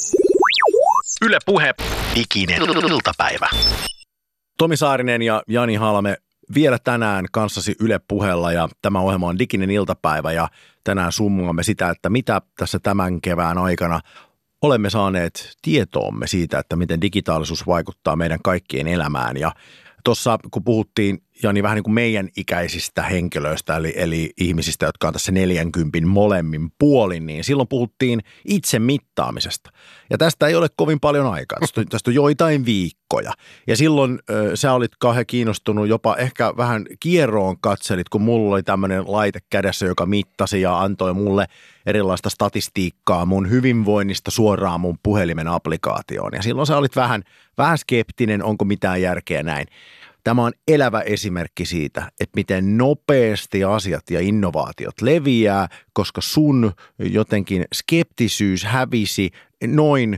[SPEAKER 1] Yle Puhe. Diginen iltapäivä.
[SPEAKER 3] Tomi Saarinen ja Jani Halme vielä tänään kanssasi Yle Puheella ja tämä ohjelma on Diginen iltapäivä ja tänään summuamme sitä, että mitä tässä tämän kevään aikana olemme saaneet tietoomme siitä, että miten digitaalisuus vaikuttaa meidän kaikkien elämään. Ja tuossa kun puhuttiin, Jani, vähän niin kuin meidän ikäisistä henkilöistä, eli ihmisistä, jotka on tässä 40 molemmin puolin, niin silloin puhuttiin itse mittaamisesta. Ja tästä ei ole kovin paljon aikaa, tästä on joitain viikkoja. Ja silloin sä olit kauhean kiinnostunut, jopa ehkä vähän kierroon katselit, kun mulla oli tämmöinen laite kädessä, joka mittasi ja antoi mulle erilaista statistiikkaa mun hyvinvoinnista suoraan mun puhelimen applikaatioon. Ja silloin sä olit vähän skeptinen, onko mitään järkeä näin. Tämä on elävä esimerkki siitä, että miten nopeasti asiat ja innovaatiot leviää, koska sun jotenkin skeptisyys hävisi noin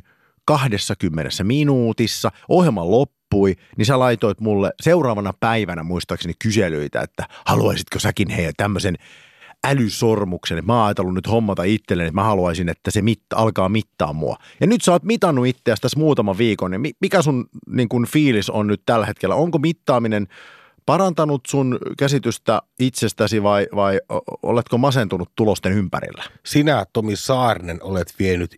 [SPEAKER 3] 20 minuutissa. Ohjelma loppui, niin sä laitoit mulle seuraavana päivänä muistaakseni kyselyitä, että haluaisitko säkin tämmöisen älysormuksen. Mä oon ajatellut nyt hommata itselleni, että mä haluaisin, että se alkaa mittaa mua. Ja nyt sä oot mitannut itseäsi tässä muutaman viikon, niin mikä sun niin kun fiilis on nyt tällä hetkellä? Onko mittaaminen parantanut sun käsitystä itsestäsi vai oletko masentunut tulosten ympärillä?
[SPEAKER 4] Sinä, Tomi Saarinen, olet vienyt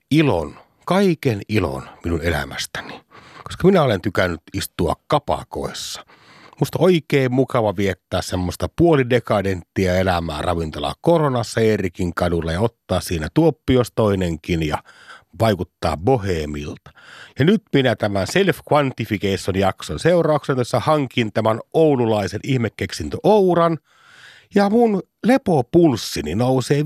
[SPEAKER 4] kaiken ilon minun elämästäni, koska minä olen tykännyt istua kapakoissa. Musta oikein mukava viettää semmoista puolidekadenttia elämää ravintola Koronassa Eerikin kadulla ja ottaa siinä tuoppios toinenkin ja vaikuttaa boheemilta. Ja nyt minä tämän self-quantification-jakson seurauksena, jossa hankin tämän oululaisen ihmekeksintöouran ja mun lepopulssini nousee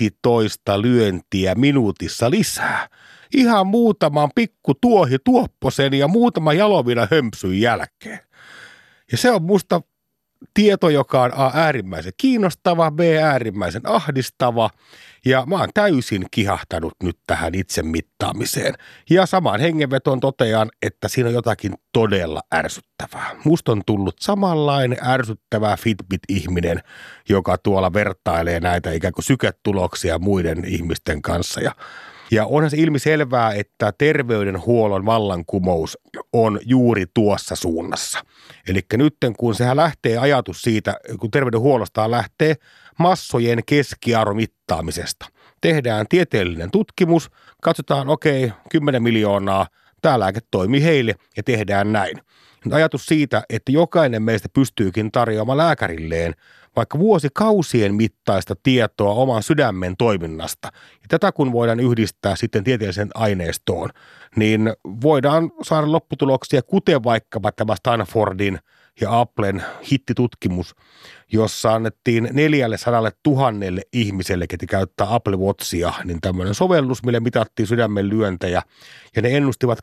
[SPEAKER 4] 15 lyöntiä minuutissa lisää. Ihan muutaman pikku tuopposen ja muutama jalovina hömpsyn jälkeen. Ja se on musta tieto, joka on A, äärimmäisen kiinnostava, B, äärimmäisen ahdistava ja mä oon täysin kihahtanut nyt tähän itse mittaamiseen. Ja samaan hengenvetoon totean, että siinä on jotakin todella ärsyttävää. Musta on tullut samanlainen ärsyttävä Fitbit-ihminen, joka tuolla vertailee näitä ikään kuin syketuloksia muiden ihmisten kanssa ja onhan se ilmiselvää, että terveydenhuollon vallankumous on juuri tuossa suunnassa. Eli nyt kun sehän lähtee ajatus siitä, kun terveydenhuollosta lähtee massojen keskiarvomittaamisesta. Tehdään tieteellinen tutkimus, katsotaan 10 miljoonaa, tämä lääke toimii heille ja tehdään näin. Nyt ajatus siitä, että jokainen meistä pystyykin tarjoamaan lääkärilleen vaikka vuosikausien mittaista tietoa oman sydämen toiminnasta. Ja tätä kun voidaan yhdistää sitten tieteelliseen aineistoon, niin voidaan saada lopputuloksia, kuten vaikkapa tämä Stanfordin ja Applen hittitutkimus, jossa annettiin 400 000 ihmiselle, ketkä käyttää Apple Watchia, niin tämmöinen sovellus, millä mitattiin sydämen lyöntejä, ja ne ennustivat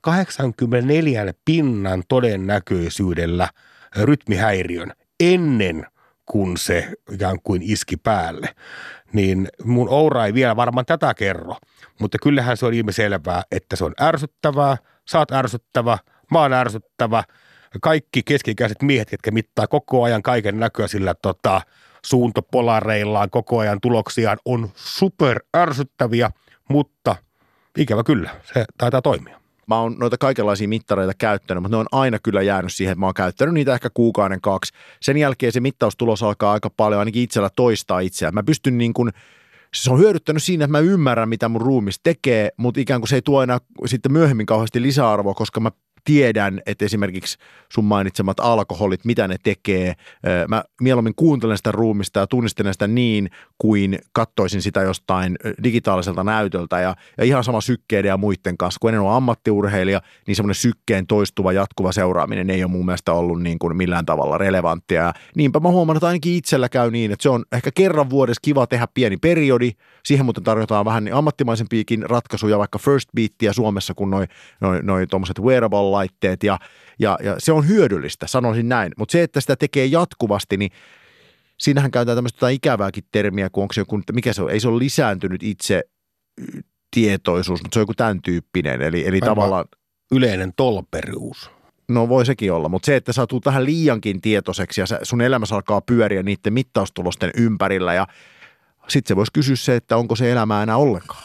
[SPEAKER 4] 84% todennäköisyydellä rytmihäiriön ennen kun se ikään kuin iski päälle. Niin mun oura ei vielä varmaan tätä kerro, mutta kyllähän se on ilmiselvää, että se on ärsyttävää, sä oot ärsyttävä, mä oon ärsyttävä, kaikki keski-ikäiset miehet, jotka mittaa koko ajan kaiken näköisillä suuntopolareillaan koko ajan tuloksiaan, on super ärsyttäviä, mutta ikävä kyllä, se taitaa toimia.
[SPEAKER 3] Mä oon noita kaikenlaisia mittareita käyttänyt, mutta ne on aina kyllä jäänyt siihen, että mä oon käyttänyt niitä ehkä kuukauden 2. Sen jälkeen se mittaustulos alkaa aika paljon ainakin itsellä toistaa itseään. Mä pystyn niin kuin, se on hyödyttänyt siinä, että mä ymmärrän, mitä mun ruumis tekee, mutta ikään kuin se ei tuo enää sitten myöhemmin kauheasti lisäarvoa, koska mä tiedän, että esimerkiksi sun mainitsemat alkoholit, mitä ne tekee. Mä mieluummin kuuntelen sitä ruumista ja tunnistelen sitä niin, kuin kattoisin sitä jostain digitaaliselta näytöltä ja ihan sama sykkeiden ja muiden kanssa. Kun en ole ammattiurheilija, niin semmoinen sykkeen toistuva, jatkuva seuraaminen ei ole mun mielestä ollut niin kuin millään tavalla relevanttia. Ja niinpä mä huomaan, että ainakin itsellä käy niin, että se on ehkä kerran vuodessa kiva tehdä pieni periodi. Siihen muuten tarjotaan vähän niin ammattimaisempiakin ratkaisuja, vaikka First Beatia Suomessa, kun noi tuommoiset wearable-laitteet ja se on hyödyllistä, sanoisin näin. Mutta se, että sitä tekee jatkuvasti, niin siinähän käytetään tämmöistä ikävääkin termiä, kun onko se joku, mikä se on, ei se ole lisääntynyt itse tietoisuus, mutta se on joku tämän tyyppinen, eli tavallaan
[SPEAKER 4] yleinen tolperius.
[SPEAKER 3] No voi sekin olla, mutta se, että sä tulet tähän liiankin tietoiseksi ja sun elämässä alkaa pyöriä niiden mittaustulosten ympärillä ja sitten se voisi kysyä se, että onko se elämää enää ollenkaan.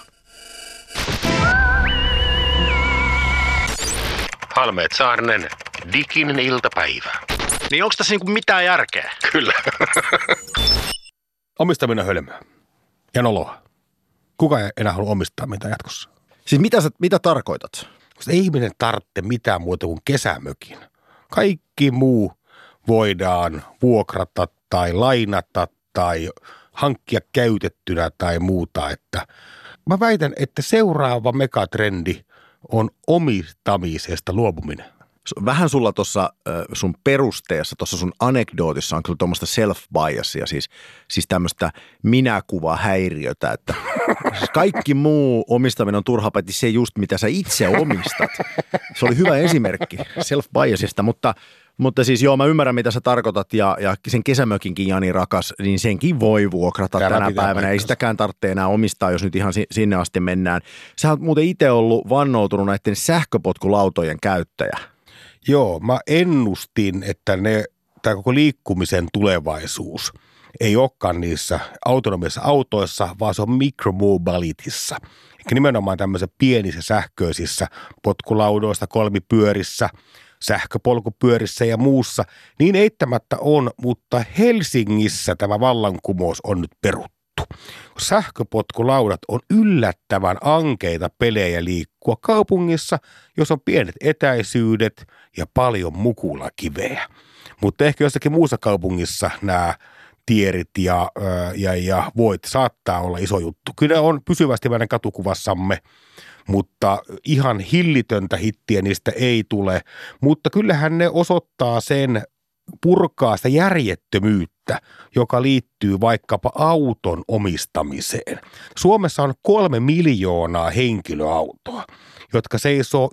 [SPEAKER 2] Halmeet Saarinen, diginen iltapäivä.
[SPEAKER 1] Niin onko tässä niinku mitään järkeä?
[SPEAKER 2] Kyllä.
[SPEAKER 4] Omistaminen on hölmöä ja noloa. Kuka ei enää halua omistaa mitään jatkossa?
[SPEAKER 3] Siis mitä tarkoitat?
[SPEAKER 4] Koska ei ihminen tarvitse mitään muuta kuin kesämökin. Kaikki muu voidaan vuokrata tai lainata tai hankkia käytettynä tai muuta. Että mä väitän, että seuraava megatrendi on omistamisesta luopuminen.
[SPEAKER 3] Vähän sulla tuossa sun perusteessa, tuossa sun anekdootissa on kyllä tuommoista self-biasia, siis tämmöistä minäkuvahäiriötä, että kaikki muu omistaminen on turha, paitsi se just mitä sä itse omistat. Se oli hyvä esimerkki self-biasista, mutta siis joo, mä ymmärrän mitä sä tarkoitat ja sen kesämökinkin Jani rakas, niin senkin voi vuokrata tänä päivänä. Ei sitäkään tarvitse enää omistaa, jos nyt ihan sinne asti mennään. Sä oot muuten itse ollut vannoutunut näiden sähköpotkulautojen käyttäjä.
[SPEAKER 4] Joo, mä ennustin, että tämä koko liikkumisen tulevaisuus ei olekaan niissä autonomisissa autoissa, vaan se on micromobilityssä. Eli nimenomaan tämmöisissä pienissä sähköisissä potkulaudoissa, kolmipyörissä, sähköpolkupyörissä ja muussa. Niin eittämättä on, mutta Helsingissä tämä vallankumous on nyt peruttu. Sähköpotkulaudat on yllättävän ankeita pelejä liikkua kaupungissa, jos on pienet etäisyydet ja paljon mukulakiveä. Mutta ehkä jossakin muussa kaupungissa nämä tierit ja voit saattaa olla iso juttu. Kyllä on pysyvästi meidän katukuvassamme, mutta ihan hillitöntä hittiä niistä ei tule. Mutta kyllähän ne osoittaa sen, purkaa sitä järjettömyyttä, joka liittyy vaikkapa auton omistamiseen. Suomessa on 3 miljoonaa henkilöautoa, jotka seisoo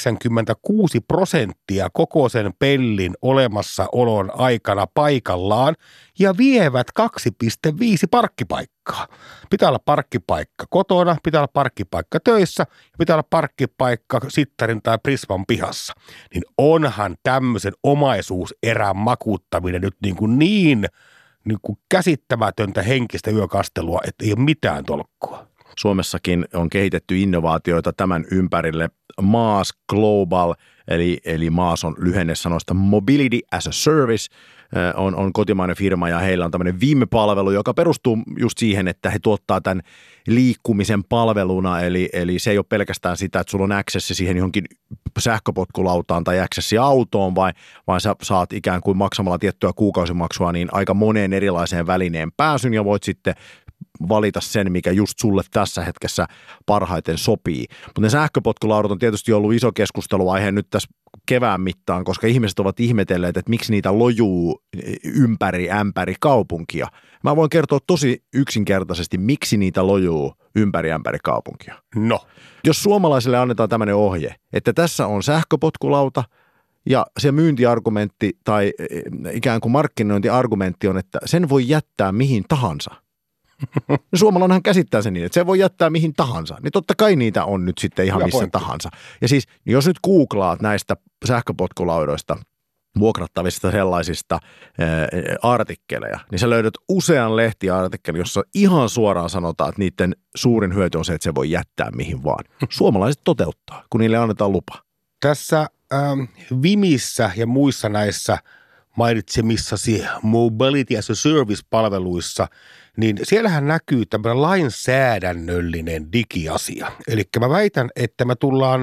[SPEAKER 4] 96% koko sen pellin olemassaolon aikana paikallaan ja vievät 2,5 parkkipaikkaa. Pitää olla parkkipaikka kotona, pitää olla parkkipaikka töissä ja pitää olla parkkipaikka Sittarin tai Prisman pihassa. Niin onhan tämmöisen omaisuuserän makuuttaminen nyt niin kuin käsittämätöntä henkistä yökastelua, että ei ole mitään tolkkua.
[SPEAKER 3] Suomessakin on kehitetty innovaatioita tämän ympärille. MaaS Global, eli MaaS on lyhenne sanoista Mobility as a Service, on kotimainen firma ja heillä on tämmöinen VIM-palvelu, joka perustuu just siihen, että he tuottaa tämän liikkumisen palveluna, eli se ei ole pelkästään sitä, että sulla on accessi siihen johonkin sähköpotkulautaan tai accessi autoon, vaan sä saat ikään kuin maksamalla tiettyä kuukausimaksua niin aika moneen erilaiseen välineen pääsyn ja voit sitten valita sen, mikä just sulle tässä hetkessä parhaiten sopii. Mutta ne sähköpotkulaudat on tietysti ollut iso keskusteluaihe nyt tässä kevään mittaan, koska ihmiset ovat ihmetelleet, että miksi niitä lojuu ämpäri kaupunkia. Mä voin kertoa tosi yksinkertaisesti, miksi niitä lojuu ämpäri kaupunkia.
[SPEAKER 4] No.
[SPEAKER 3] Jos suomalaisille annetaan tämmöinen ohje, että tässä on sähköpotkulauta ja se myyntiargumentti tai ikään kuin markkinointiargumentti on, että sen voi jättää mihin tahansa. No suomalainenhan käsittää sen niin, että se voi jättää mihin tahansa. Niin totta kai niitä on nyt sitten ihan missä tahansa. Ja siis jos nyt googlaat näistä sähköpotkulaudoista, vuokrattavista sellaisista artikkeleja, niin sä löydät usean lehtiartikkelin, jossa ihan suoraan sanotaan, että niiden suurin hyöty on se, että se voi jättää mihin vaan. Suomalaiset toteuttaa, kun niille annetaan lupa.
[SPEAKER 4] Tässä Vimissä ja muissa näissä mainitsemissasi Mobility as a Service-palveluissa, niin siellähän näkyy tämmöinen lainsäädännöllinen digiasia. Eli mä väitän, että me tullaan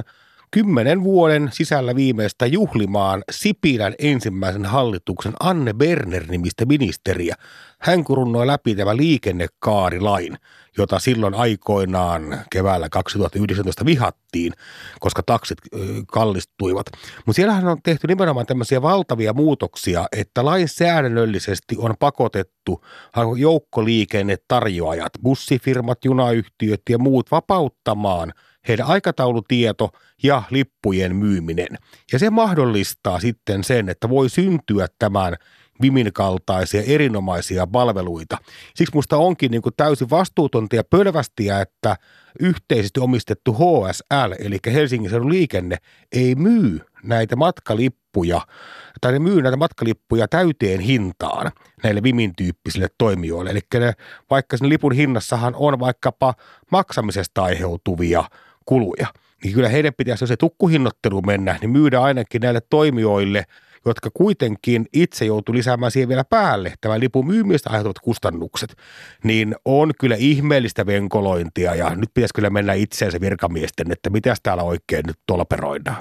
[SPEAKER 4] 10 vuoden sisällä viimeistä juhlimaan Sipilän ensimmäisen hallituksen Anne Berner-nimistä ministeriä. Hän kurunnoi läpi tämä liikennekaarilain, jota silloin aikoinaan keväällä 2019 vihattiin, koska taksit kallistuivat. Mutta siellähän on tehty nimenomaan tämmöisiä valtavia muutoksia, että lainsäädännöllisesti on pakotettu joukkoliikennetarjoajat, bussifirmat, junayhtiöt ja muut vapauttamaan heidän aikataulutieto ja lippujen myyminen. Ja se mahdollistaa sitten sen, että voi syntyä tämän Vimin kaltaisia erinomaisia palveluita. Siksi musta onkin niin kuin täysin vastuutonta ja pölvästiä, että yhteisesti omistettu HSL, eli Helsingin seudun liikenne, ei myy näitä matkalippuja, tai ne myy näitä matkalippuja täyteen hintaan näille Vimin tyyppisille toimijoille. Eli vaikka sen lipun hinnassahan on vaikkapa maksamisesta aiheutuvia kuluja, niin kyllä heidän pitäisi, jos se tukkuhinnoittelu mennä, niin myydä ainakin näille toimijoille, jotka kuitenkin itse joutuu lisäämään siihen vielä päälle tämän lipun myymistä aiheutuvat kustannukset, niin on kyllä ihmeellistä venkolointia ja nyt pitäisi kyllä mennä itseensä virkamiesten, että mitäs täällä oikein nyt tolperoidaan.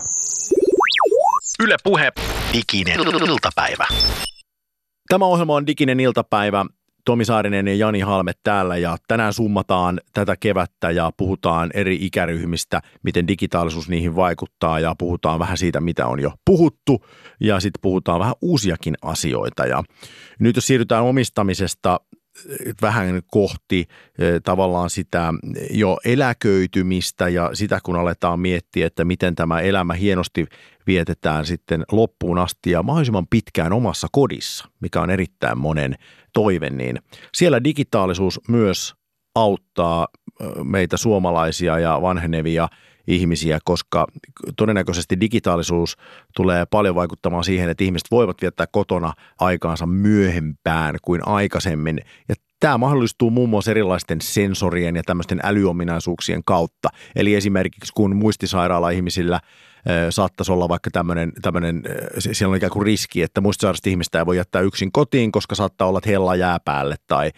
[SPEAKER 1] Yle Puhe. Diginen iltapäivä.
[SPEAKER 3] Tämä ohjelma on Diginen iltapäivä. Tomi Saarinen ja Jani Halme täällä ja tänään summataan tätä kevättä ja puhutaan eri ikäryhmistä, miten digitaalisuus niihin vaikuttaa ja puhutaan vähän siitä, mitä on jo puhuttu ja sitten puhutaan vähän uusiakin asioita. Ja nyt jos siirrytään omistamisesta vähän kohti tavallaan sitä jo eläköitymistä ja sitä, kun aletaan miettiä, että miten tämä elämä hienosti vietetään sitten loppuun asti ja mahdollisimman pitkään omassa kodissa, mikä on erittäin monen toive, niin siellä digitaalisuus myös auttaa meitä suomalaisia ja vanhenevia ihmisiä, koska todennäköisesti digitaalisuus tulee paljon vaikuttamaan siihen, että ihmiset voivat viettää kotona aikaansa myöhempään kuin aikaisemmin. Ja tämä mahdollistuu muun muassa erilaisten sensorien ja tämmöisten älyominaisuuksien kautta. Eli esimerkiksi kun muistisairaala ihmisillä saattaisi olla vaikka tämmöinen, siellä on ikään kuin riski, että muistisairasta ihmistä ei voi jättää yksin kotiin, koska saattaa olla, että hella jää päälle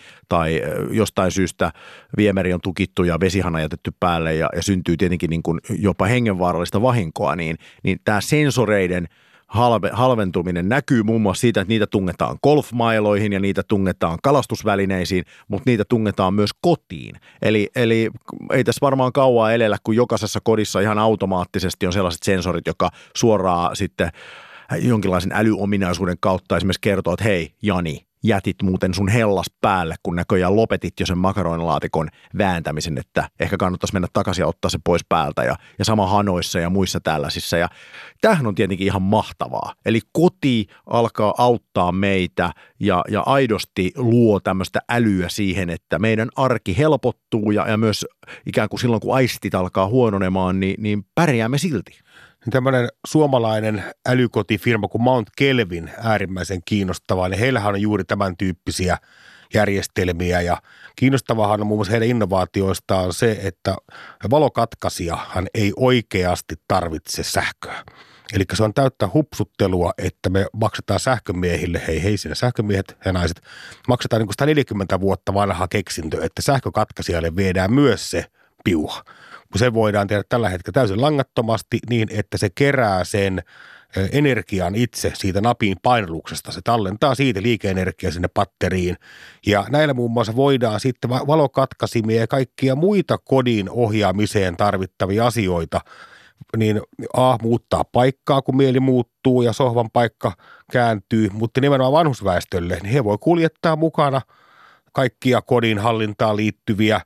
[SPEAKER 3] tai jostain syystä viemäri on tukittu ja vesihana jätetty päälle ja syntyy tietenkin niin kuin jopa hengenvaarallista vahinkoa, niin tämä sensoreiden halventuminen näkyy muun muassa siitä, että niitä tungetaan golfmailoihin ja niitä tungetaan kalastusvälineisiin, mutta niitä tungetaan myös kotiin. Eli ei tässä varmaan kauaa elellä, kun jokaisessa kodissa ihan automaattisesti on sellaiset sensorit, joka suoraan sitten jonkinlaisen älyominaisuuden kautta esimerkiksi kertoo, että hei Jani, jätit muuten sun hellas päälle, kun näköjään lopetit jo sen makaronilaatikon vääntämisen, että ehkä kannattaisi mennä takaisin ja ottaa se pois päältä ja sama hanoissa ja muissa tällaisissa. Ja tämähän on tietenkin ihan mahtavaa. Eli koti alkaa auttaa meitä ja aidosti luo tämmöistä älyä siihen, että meidän arki helpottuu ja myös ikään kuin silloin, kun aistit alkaa huononemaan, niin pärjäämme silti.
[SPEAKER 4] Tämmöinen suomalainen älykotifirma kuin Mount Kelvin äärimmäisen kiinnostavaa, niin heillähän on juuri tämän tyyppisiä järjestelmiä ja kiinnostavahan on muun muassa heidän innovaatioistaan se, että valokatkaisijahan ei oikeasti tarvitse sähköä. Eli se on täyttä hupsuttelua, että me maksetaan sähkömiehille, hei sinne sähkömiehet ja naiset, maksetaan niin kuin 140 vuotta vanha keksintö, että sähkökatkaisijalle viedään myös se piuha. Kun se voidaan tehdä tällä hetkellä täysin langattomasti niin, että se kerää sen energian itse siitä napin painalluksesta. Se tallentaa siitä liike-energiaa sinne batteriin. Ja näillä muun muassa voidaan sitten valokatkaisimia ja kaikkia muita kodin ohjaamiseen tarvittavia asioita, niin muuttaa paikkaa, kun mieli muuttuu ja sohvan paikka kääntyy, mutta nimenomaan vanhusväestölle, niin he voi kuljettaa mukana kaikkia kodin hallintaan liittyviä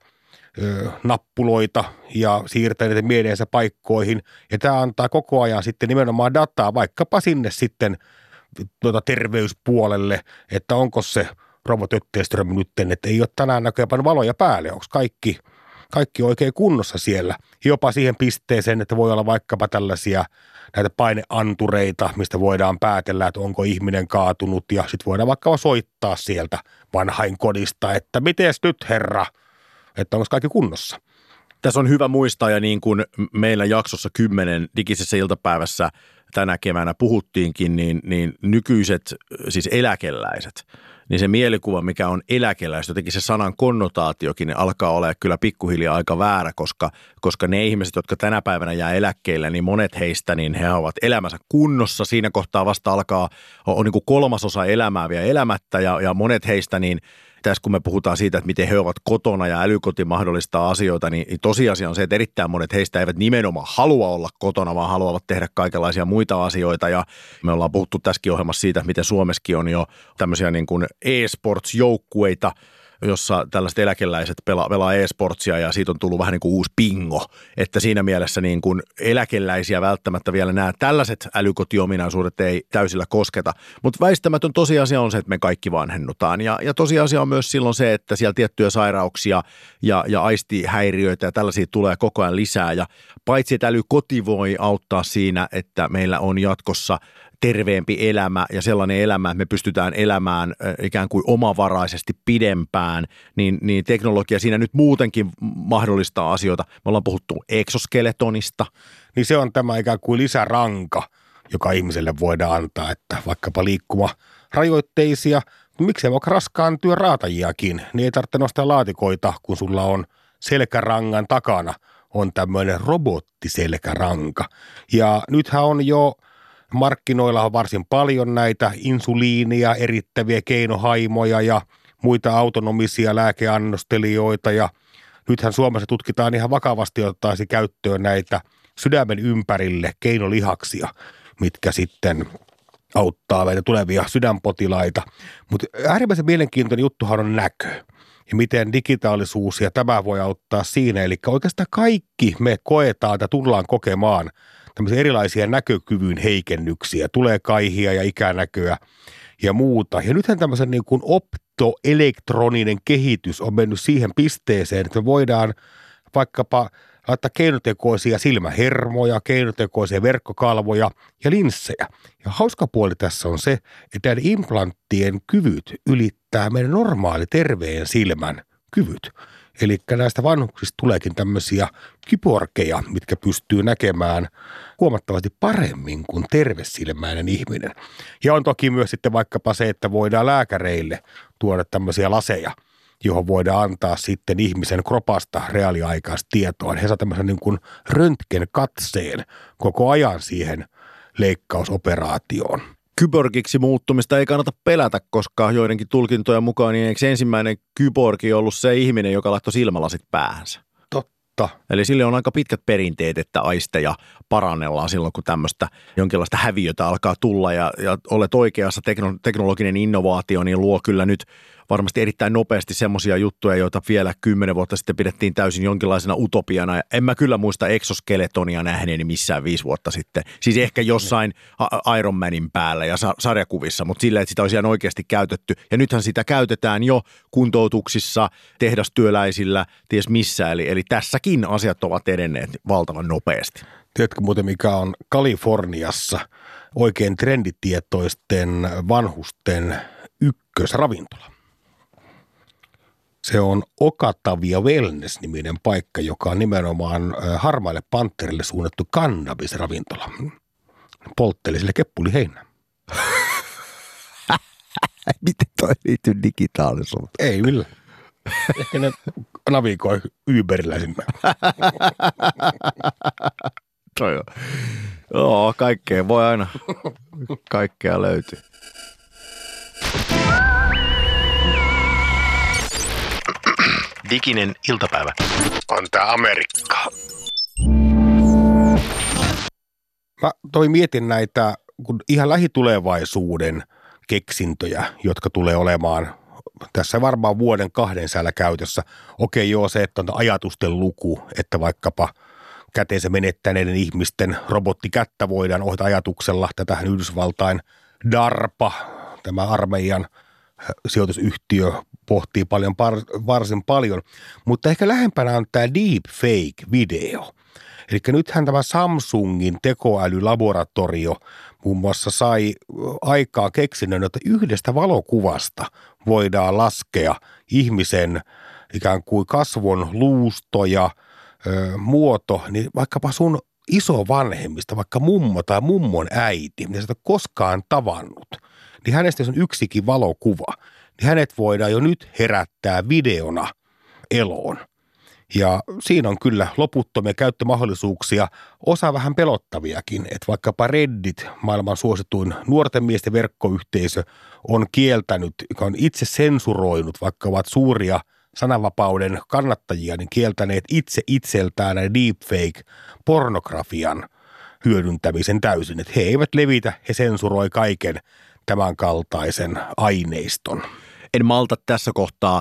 [SPEAKER 4] nappuloita ja siirtää niitä mieleensä paikkoihin. Ja tämä antaa koko ajan sitten nimenomaan dataa vaikkapa sinne sitten terveyspuolelle, että onko se Robo Tötteström nyt, että ei ole tänään näköjään valoja päälle, onko kaikki oikein kunnossa siellä. Jopa siihen pisteeseen, että voi olla vaikkapa tällaisia näitä paineantureita, mistä voidaan päätellä, että onko ihminen kaatunut ja sitten voidaan vaikka soittaa sieltä vanhainkodista, että mites nyt herra, että onko kaikki kunnossa.
[SPEAKER 3] Tässä on hyvä muistaa ja niin kuin meillä jaksossa 10 digisessä iltapäivässä tänä keväänä puhuttiinkin, niin nykyiset siis eläkeläiset, niin se mielikuva, mikä on eläkeläistä, jotenkin se sanan konnotaatiokin niin alkaa olla kyllä pikkuhiljaa aika väärä, koska ne ihmiset, jotka tänä päivänä jää eläkkeelle, niin monet heistä, niin he ovat elämänsä kunnossa. Siinä kohtaa vasta on niin kuin 1/3 elämää vielä elämättä ja monet heistä, niin tässä kun me puhutaan siitä, että miten he ovat kotona ja älykoti mahdollistaa asioita, niin tosiasia on se, että erittäin monet heistä eivät nimenomaan halua olla kotona, vaan haluavat tehdä kaikenlaisia muita asioita. Ja me ollaan puhuttu tässäkin ohjelmassa siitä, miten Suomessakin on jo tämmöisiä niin kuin e-sports-joukkueita, jossa tällaiset eläkeläiset pelaa e-sportsia ja siitä on tullut vähän niin kuin uusi pingo. Että siinä mielessä niin kuin eläkeläisiä välttämättä vielä nämä tällaiset älykotiominaisuudet ei täysillä kosketa. Mutta väistämätön tosiasia on se, että me kaikki vanhennutaan. Ja tosiasia on myös silloin se, että siellä tiettyjä sairauksia ja aistihäiriöitä ja tällaisia tulee koko ajan lisää. Ja paitsi että älykoti voi auttaa siinä, että meillä on jatkossa terveempi elämä ja sellainen elämä, että me pystytään elämään ikään kuin omavaraisesti pidempään, niin teknologia siinä nyt muutenkin mahdollistaa asioita. Me ollaan puhuttu exoskeletonista.
[SPEAKER 4] Niin se on tämä ikään kuin lisäranka, joka ihmiselle voidaan antaa, että vaikkapa liikkumarajoitteisia, miksei vaikka raskaan työn raatajiakin, niin ei tarvitse nostaa laatikoita, kun sulla on selkärangan takana on tämmöinen robottiselkäranka. Ja nythän on jo markkinoilla on varsin paljon näitä insuliinia erittäviä keinohaimoja ja muita autonomisia lääkeannostelijoita ja nythän Suomessa tutkitaan ihan vakavasti ottaisi käyttöön näitä sydämen ympärille keinolihaksia, mitkä sitten auttaa meitä tulevia sydänpotilaita. Mutta äärimmäisen mielenkiintoinen juttuhan on näkö ja miten digitaalisuus ja tämä voi auttaa siinä. Eli oikeastaan kaikki me koetaan ja tullaan kokemaan tämmöisiä erilaisia näkökyvyn heikennyksiä, tulee kaihia ja ikänäköä ja muuta. Ja nythän tämmöisen niin kuin optoelektroninen kehitys on mennyt siihen pisteeseen, että me voidaan vaikkapa laittaa keinotekoisia silmähermoja, keinotekoisia verkkokalvoja ja linssejä. Ja hauska puoli tässä on se, että näiden implanttien kyvyt ylittää meidän normaali terveen silmän kyvyt. Eli näistä vanhuksista tuleekin tämmöisiä kyborgeja, mitkä pystyy näkemään huomattavasti paremmin kuin tervesilmäinen ihminen. Ja on toki myös sitten vaikkapa se, että voidaan lääkäreille tuoda tämmöisiä laseja, johon voidaan antaa sitten ihmisen kropasta reaaliaikaista tietoa. He saa tämmöisen niin kuin röntgenkatseen koko ajan siihen leikkausoperaatioon.
[SPEAKER 3] Kyborgiksi muuttumista ei kannata pelätä, koska joidenkin tulkintojen mukaan niin eikö ensimmäinen kyborgi ollut se ihminen, joka laittoi silmälasit päähänsä?
[SPEAKER 4] Totta.
[SPEAKER 3] Eli sille on aika pitkät perinteet, että aisteja parannellaan silloin, kun tämmöistä jonkinlaista häviötä alkaa tulla ja olet oikeassa, teknologinen innovaatio niin luo kyllä nyt varmasti erittäin nopeasti semmoisia juttuja, joita vielä 10 vuotta sitten pidettiin täysin jonkinlaisena utopiana. En mä kyllä muista exoskeletonia nähneeni missään 5 vuotta sitten. Siis ehkä jossain Iron Manin päällä ja sarjakuvissa, mutta sillä, että sitä olisi ihan oikeasti käytetty. Ja nythän sitä käytetään jo kuntoutuksissa, tehdastyöläisillä, ties missä. Eli tässäkin asiat ovat edenneet valtavan nopeasti.
[SPEAKER 4] Tiedätkö muuten, mikä on Kaliforniassa oikein trenditietoisten vanhusten ykkösravintola? Se on Okatavia Wellness-niminen paikka, joka on nimenomaan harmaille pantterille suunnattu kannabisravintola. Poltteli sille keppuliheinä.
[SPEAKER 3] Miten toi liittyy digitaalisuuteen?
[SPEAKER 4] Ei millään. Ehkä ne navigoi Uberillä sinne.
[SPEAKER 3] Joo, kaikkea voi aina. Kaikkea löytyy.
[SPEAKER 1] Diginen iltapäivä.
[SPEAKER 2] On tää Amerikka.
[SPEAKER 4] Mä mietin näitä kun ihan lähitulevaisuuden keksintöjä, jotka tulee olemaan tässä varmaan 1-2 säällä käytössä. Okei, joo, se, että on ajatusten luku, että vaikkapa käteensä menettäneiden ihmisten robottikättä voidaan ohjata ajatuksella. Tätähän Yhdysvaltain DARPA, tämä armeijan sijoitusyhtiö, pohtii varsin paljon. Mutta ehkä lähempänä on tämä deepfake-video. Eli nythän tämä Samsungin tekoälylaboratorio muun muassa sai aikaa keksinnön, että yhdestä valokuvasta voidaan laskea ihmisen ikään kuin kasvon luusto ja muoto, niin vaikkapa sun isovanhemmista, vaikka mummo tai mummon äiti, mitä sä et ole koskaan tavannut, niin hänestä on yksikin valokuva, niin hänet voidaan jo nyt herättää videona eloon. Ja siinä on kyllä loputtomia käyttömahdollisuuksia, osa vähän pelottaviakin, että vaikkapa Reddit, maailman suosituin nuorten miesten verkkoyhteisö, on kieltänyt, joka on itse sensuroinut, vaikka ovat suuria sananvapauden kannattajia, niin kieltäneet itse itseltään deepfake-pornografian hyödyntämisen täysin. Että he eivät levitä, he sensuroi kaiken tämän kaltaisen aineiston.
[SPEAKER 3] En malta tässä kohtaa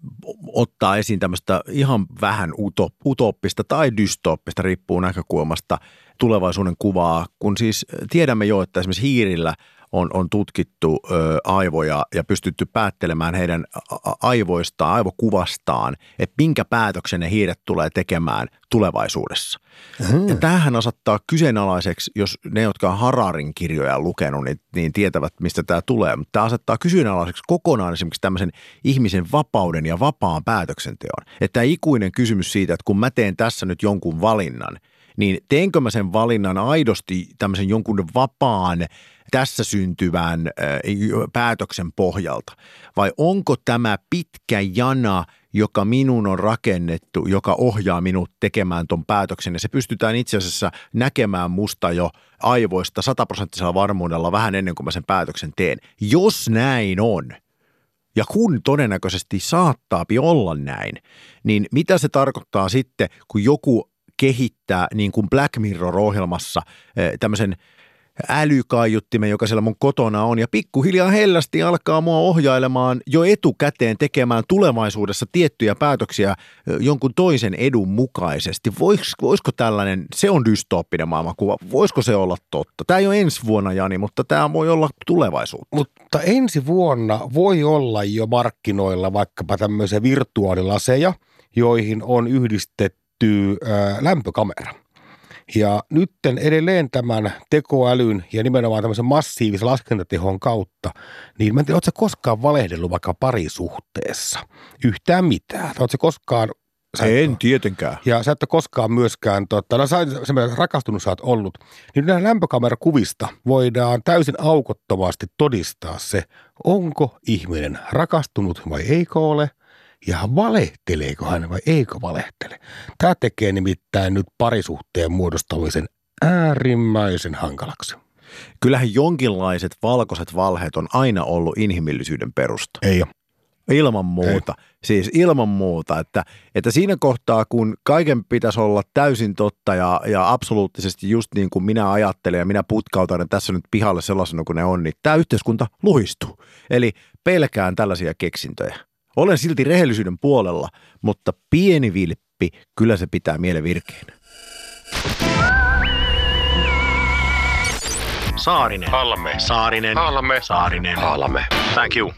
[SPEAKER 3] ottaa esiin tämmöistä ihan vähän utooppista tai dystooppista, riippuu näkökulmasta, tulevaisuuden kuvaa, kun siis tiedämme jo, että esimerkiksi hiirillä on tutkittu aivoja ja pystytty päättelemään heidän aivoistaan, aivokuvastaan, että minkä päätöksen ne hiiret tulee tekemään tulevaisuudessa. Ja tämähän asettaa kyseenalaiseksi, jos ne, jotka on Hararin kirjoja lukenut, niin tietävät, mistä tämä tulee. Mutta tämä asettaa kyseenalaiseksi kokonaan esimerkiksi tämmöisen ihmisen vapauden ja vapaan päätöksenteon. Että tämä ikuinen kysymys siitä, että kun mä teen tässä nyt jonkun valinnan, niin teenkö mä sen valinnan aidosti tämmöisen jonkun vapaan, tässä syntyvän päätöksen pohjalta? Vai onko tämä pitkä jana, joka minun on rakennettu, joka ohjaa minut tekemään ton päätöksen, ja se pystytään itse asiassa näkemään musta jo aivoista 100% varmuudella vähän ennen kuin mä sen päätöksen teen. Jos näin on, ja kun todennäköisesti saattaapi olla näin, niin mitä se tarkoittaa sitten, kun joku kehittää niin kuin Black Mirror-ohjelmassa tämmöisen älykaiuttimen, joka siellä mun kotona on, ja pikkuhiljaa hellästi alkaa mua ohjailemaan jo etukäteen tekemään tulevaisuudessa tiettyjä päätöksiä jonkun toisen edun mukaisesti. Voisiko tällainen, se on dystooppinen maailmankuva, voisiko se olla totta? Tämä ei ole ensi vuonna, Jani, mutta tämä voi olla tulevaisuutta.
[SPEAKER 4] Mutta ensi vuonna voi olla jo markkinoilla vaikkapa tämmöisiä virtuaalilaseja, joihin on yhdistetty lämpökamera. Ja nytten edelleen tämän tekoälyn ja nimenomaan tämmöisen massiivisen laskentatehon kautta, niin mä en tiedä, ootko sä koskaan valehdellut vaikka parisuhteessa yhtään mitään? Ootko sä koskaan...
[SPEAKER 3] En tietenkään.
[SPEAKER 4] Ja sä et ole koskaan myöskään, semmoinen rakastunut sä oot ollut, niin näillä lämpökamerakuvista voidaan täysin aukottomasti todistaa se, onko ihminen rakastunut vai eikö ole, ja valehteleeko hän vai eikö valehtele. Tämä tekee nimittäin nyt parisuhteen muodostamisen äärimmäisen hankalaksi.
[SPEAKER 3] Kyllähän jonkinlaiset valkoiset valheet on aina ollut inhimillisyyden perusta.
[SPEAKER 4] Ei ole.
[SPEAKER 3] Ilman muuta. Ei. Siis ilman muuta, että siinä kohtaa, kun kaiken pitäisi olla täysin totta ja absoluuttisesti just niin kuin minä ajattelen ja minä putkautan tässä nyt pihalle sellaisena kuin ne on, niin tämä yhteiskunta luhistuu. Eli pelkään tällaisia keksintöjä. Olen silti rehellisyyden puolella, mutta pieni vilppi, kyllä se pitää mielen virkeänä.
[SPEAKER 1] Saarinen.
[SPEAKER 2] Halme.
[SPEAKER 1] Saarinen.
[SPEAKER 2] Halme.
[SPEAKER 1] Saarinen.
[SPEAKER 2] Halme.
[SPEAKER 1] Thank you.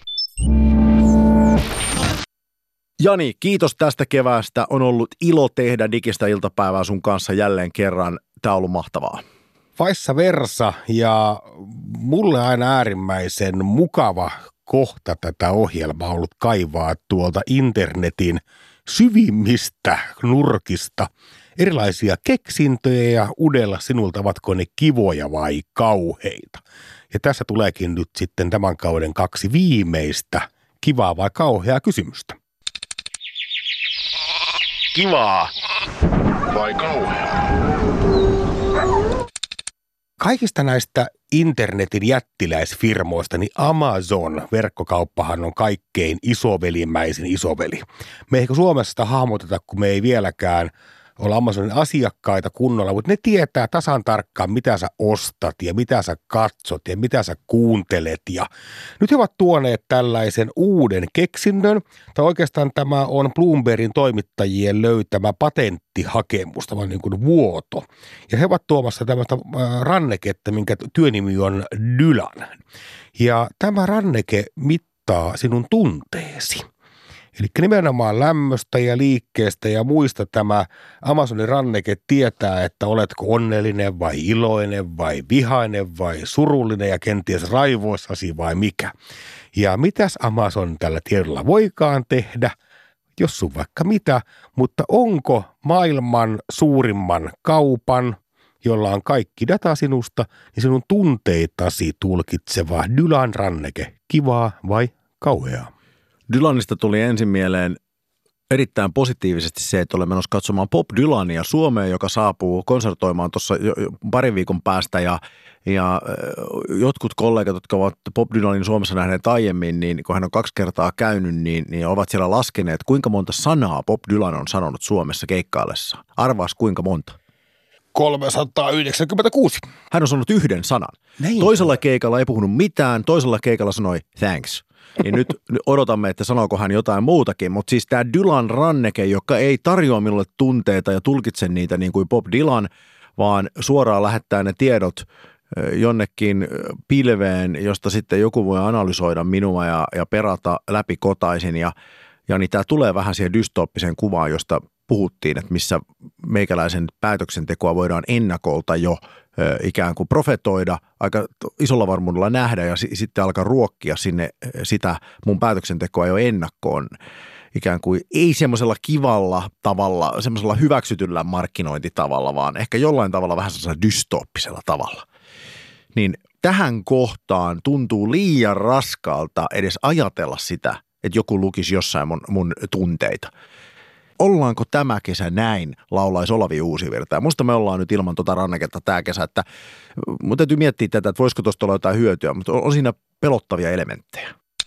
[SPEAKER 3] Jani, kiitos tästä keväästä. On ollut ilo tehdä Digistä iltapäivää sun kanssa jälleen kerran. Tämä on ollut mahtavaa.
[SPEAKER 4] Vice versa, ja mulle aina äärimmäisen mukava kohta tätä ohjelmaa on ollut kaivaa tuolta internetin syvimmistä nurkista erilaisia keksintöjä ja udella sinulta, ovatko ne kivoja vai kauheita. Ja tässä tuleekin nyt sitten tämän kauden 2 viimeistä kivaa vai kauheaa kysymystä.
[SPEAKER 1] Kivaa vai kauheaa?
[SPEAKER 4] Kaikista näistä internetin jättiläisfirmoista, niin Amazon, verkkokauppahan on kaikkein isovelimmäisin isoveli. Me ehkä Suomessa sitä hahmoteta, kun me ei vieläkään olla Amazonin asiakkaita kunnolla, mutta ne tietää tasan tarkkaan, mitä sä ostat ja mitä sä katsot ja mitä sä kuuntelet. Ja nyt he ovat tuoneet tällaisen uuden keksinnön, tai oikeastaan tämä on Bloombergin toimittajien löytämä patenttihakemus, tämä on niin kuin vuoto. Ja he ovat tuomassa tämmöistä ranneketta, minkä työnimi on Dylan. Ja tämä ranneke mittaa sinun tunteesi. Eli nimenomaan lämmöstä ja liikkeestä ja muista tämä Amazonin ranneke tietää, että oletko onnellinen vai iloinen vai vihainen vai surullinen ja kenties raivoissasi vai mikä. Ja mitäs Amazon tällä tiedolla voikaan tehdä, jos sun vaikka mitä, mutta onko maailman suurimman kaupan, jolla on kaikki data sinusta, niin sinun tunteitasi tulkitseva Dylan ranneke kivaa vai kauheaa?
[SPEAKER 3] Dylanista tuli ensin mieleen erittäin positiivisesti se, että olemme menossa katsomaan Bob Dylania Suomeen, joka saapuu konsertoimaan tuossa parin viikon päästä ja jotkut kollegat, jotka ovat Bob Dylanin Suomessa nähneet aiemmin, niin kun hän on 2 kertaa käynyt, niin ovat siellä laskeneet, kuinka monta sanaa Bob Dylan on sanonut Suomessa keikkaillessaan. Arvaas kuinka monta?
[SPEAKER 4] 396.
[SPEAKER 3] Hän on sanonut 1 sanan. Näin. Toisella keikalla ei puhunut mitään, toisella keikalla sanoi thanks. Niin nyt odotamme, että sanooko hän jotain muutakin, mutta siis tämä Dylan ranneke, joka ei tarjoa minulle tunteita ja tulkitse niitä niin kuin Bob Dylan, vaan suoraan lähettää ne tiedot jonnekin pilveen, josta sitten joku voi analysoida minua ja perata läpikotaisin ja niin tämä tulee vähän siihen dystooppiseen kuvaan, josta puhuttiin, että missä meikäläisen päätöksentekoa voidaan ennakolta jo ikään kuin profetoida, aika isolla varmuudella nähdä ja sitten alkaa ruokkia sinne sitä mun päätöksentekoa jo ennakkoon. Ikään kuin ei semmoisella kivalla tavalla, semmoisella hyväksytyllä markkinointitavalla, vaan ehkä jollain tavalla vähän semmoisella dystooppisella tavalla. Niin tähän kohtaan tuntuu liian raskaalta edes ajatella sitä, että joku lukisi jossain mun tunteita. Ollaanko tämä kesä näin, laulaisi Olavi Uusivirta. Ja musta me ollaan nyt ilman tota ranneketta tämä kesä, että mun täytyy miettiä tätä, että voisiko tuosta olla jotain hyötyä, mutta on siinä pelottavia elementtejä.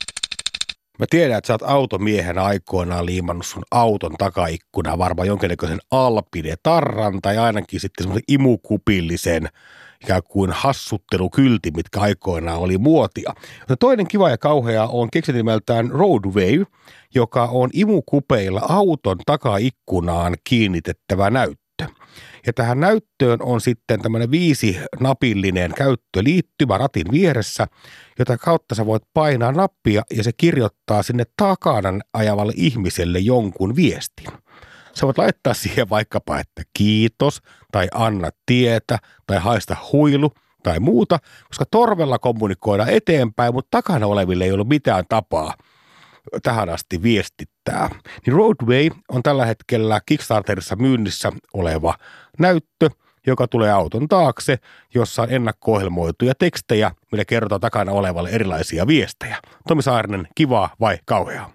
[SPEAKER 4] Mä tiedän, että sä oot automiehenä aikoinaan liimannut sun auton takaikkunaan varmaan jonkinnäköisen alpide-tarran tai ainakin sitten semmoisen imukupillisen ikään kuin hassuttelukylti, mitkä aikoinaan oli muotia. Ja toinen kiva ja kauhea on keksinimeltään Roadway, joka on imukupeilla auton takaikkunaan kiinnitettävä näyttö. Ja tähän näyttöön on sitten tämmöinen 5-napillinen käyttöliittymä ratin vieressä, jota kautta sä voit painaa nappia ja se kirjoittaa sinne takana ajavalle ihmiselle jonkun viestin. Sä voit laittaa siihen vaikkapa, että kiitos tai anna tietä tai haista huilu tai muuta, koska torvella kommunikoidaan eteenpäin, mutta takana oleville ei ollut mitään tapaa tähän asti viestittää. Niin Roadway on tällä hetkellä Kickstarterissa myynnissä oleva näyttö, joka tulee auton taakse, jossa on ennakko-ohjelmoituja tekstejä, millä kerrotaan takana olevalle erilaisia viestejä. Tomi Saarinen, kivaa vai kauheaa?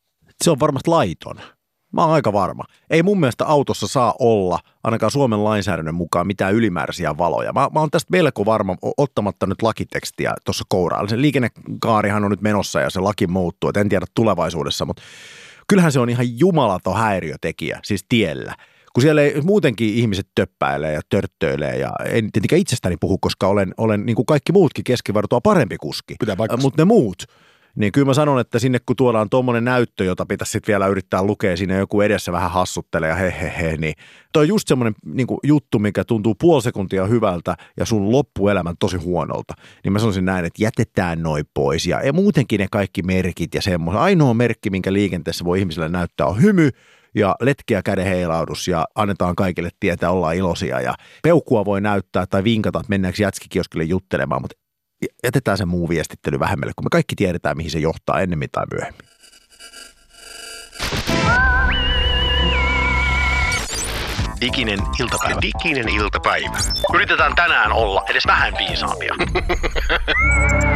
[SPEAKER 3] Se on varmasti laiton. Mä oon aika varma. Ei mun mielestä autossa saa olla, ainakaan Suomen lainsäädännön mukaan, mitään ylimääräisiä valoja. Mä oon tästä melko varma, ottamatta nyt lakitekstiä tuossa kouraan. Se liikennekaarihan on nyt menossa ja se laki muuttuu, et en tiedä tulevaisuudessa, mutta kyllähän se on ihan jumalaton häiriötekijä, siis tiellä. Kun siellä ei muutenkin ihmiset töppäilee ja törttöilee ja en tietenkään itsestäni puhu, koska olen niin kuin kaikki muutkin keskivartoa parempi kuski. Mutta ne muut. Niin kyllä mä sanon, että sinne kun tuodaan tuommoinen näyttö, jota pitäisi sitten vielä yrittää lukea, siinä joku edessä vähän hassuttelee ja he, niin toi on just semmoinen niin kuin juttu, mikä tuntuu puoli sekuntia hyvältä ja sun loppuelämän tosi huonolta. Niin mä sanoisin näin, että jätetään noi pois ja muutenkin ne kaikki merkit ja semmoinen. Ainoa merkki, minkä liikenteessä voi ihmiselle näyttää on hymy ja letkeä käden heilaudus ja annetaan kaikille tietää, ollaan iloisia ja peukkua voi näyttää tai vinkata, että mennäänkö jätskikioskille juttelemaan, mutta jätetään se muu viestittely vähemmälle, kun me kaikki tiedetään, mihin se johtaa ennemmin tai myöhemmin.
[SPEAKER 2] Diginen iltapäivä. Yritetään tänään olla edes vähän viisaampia.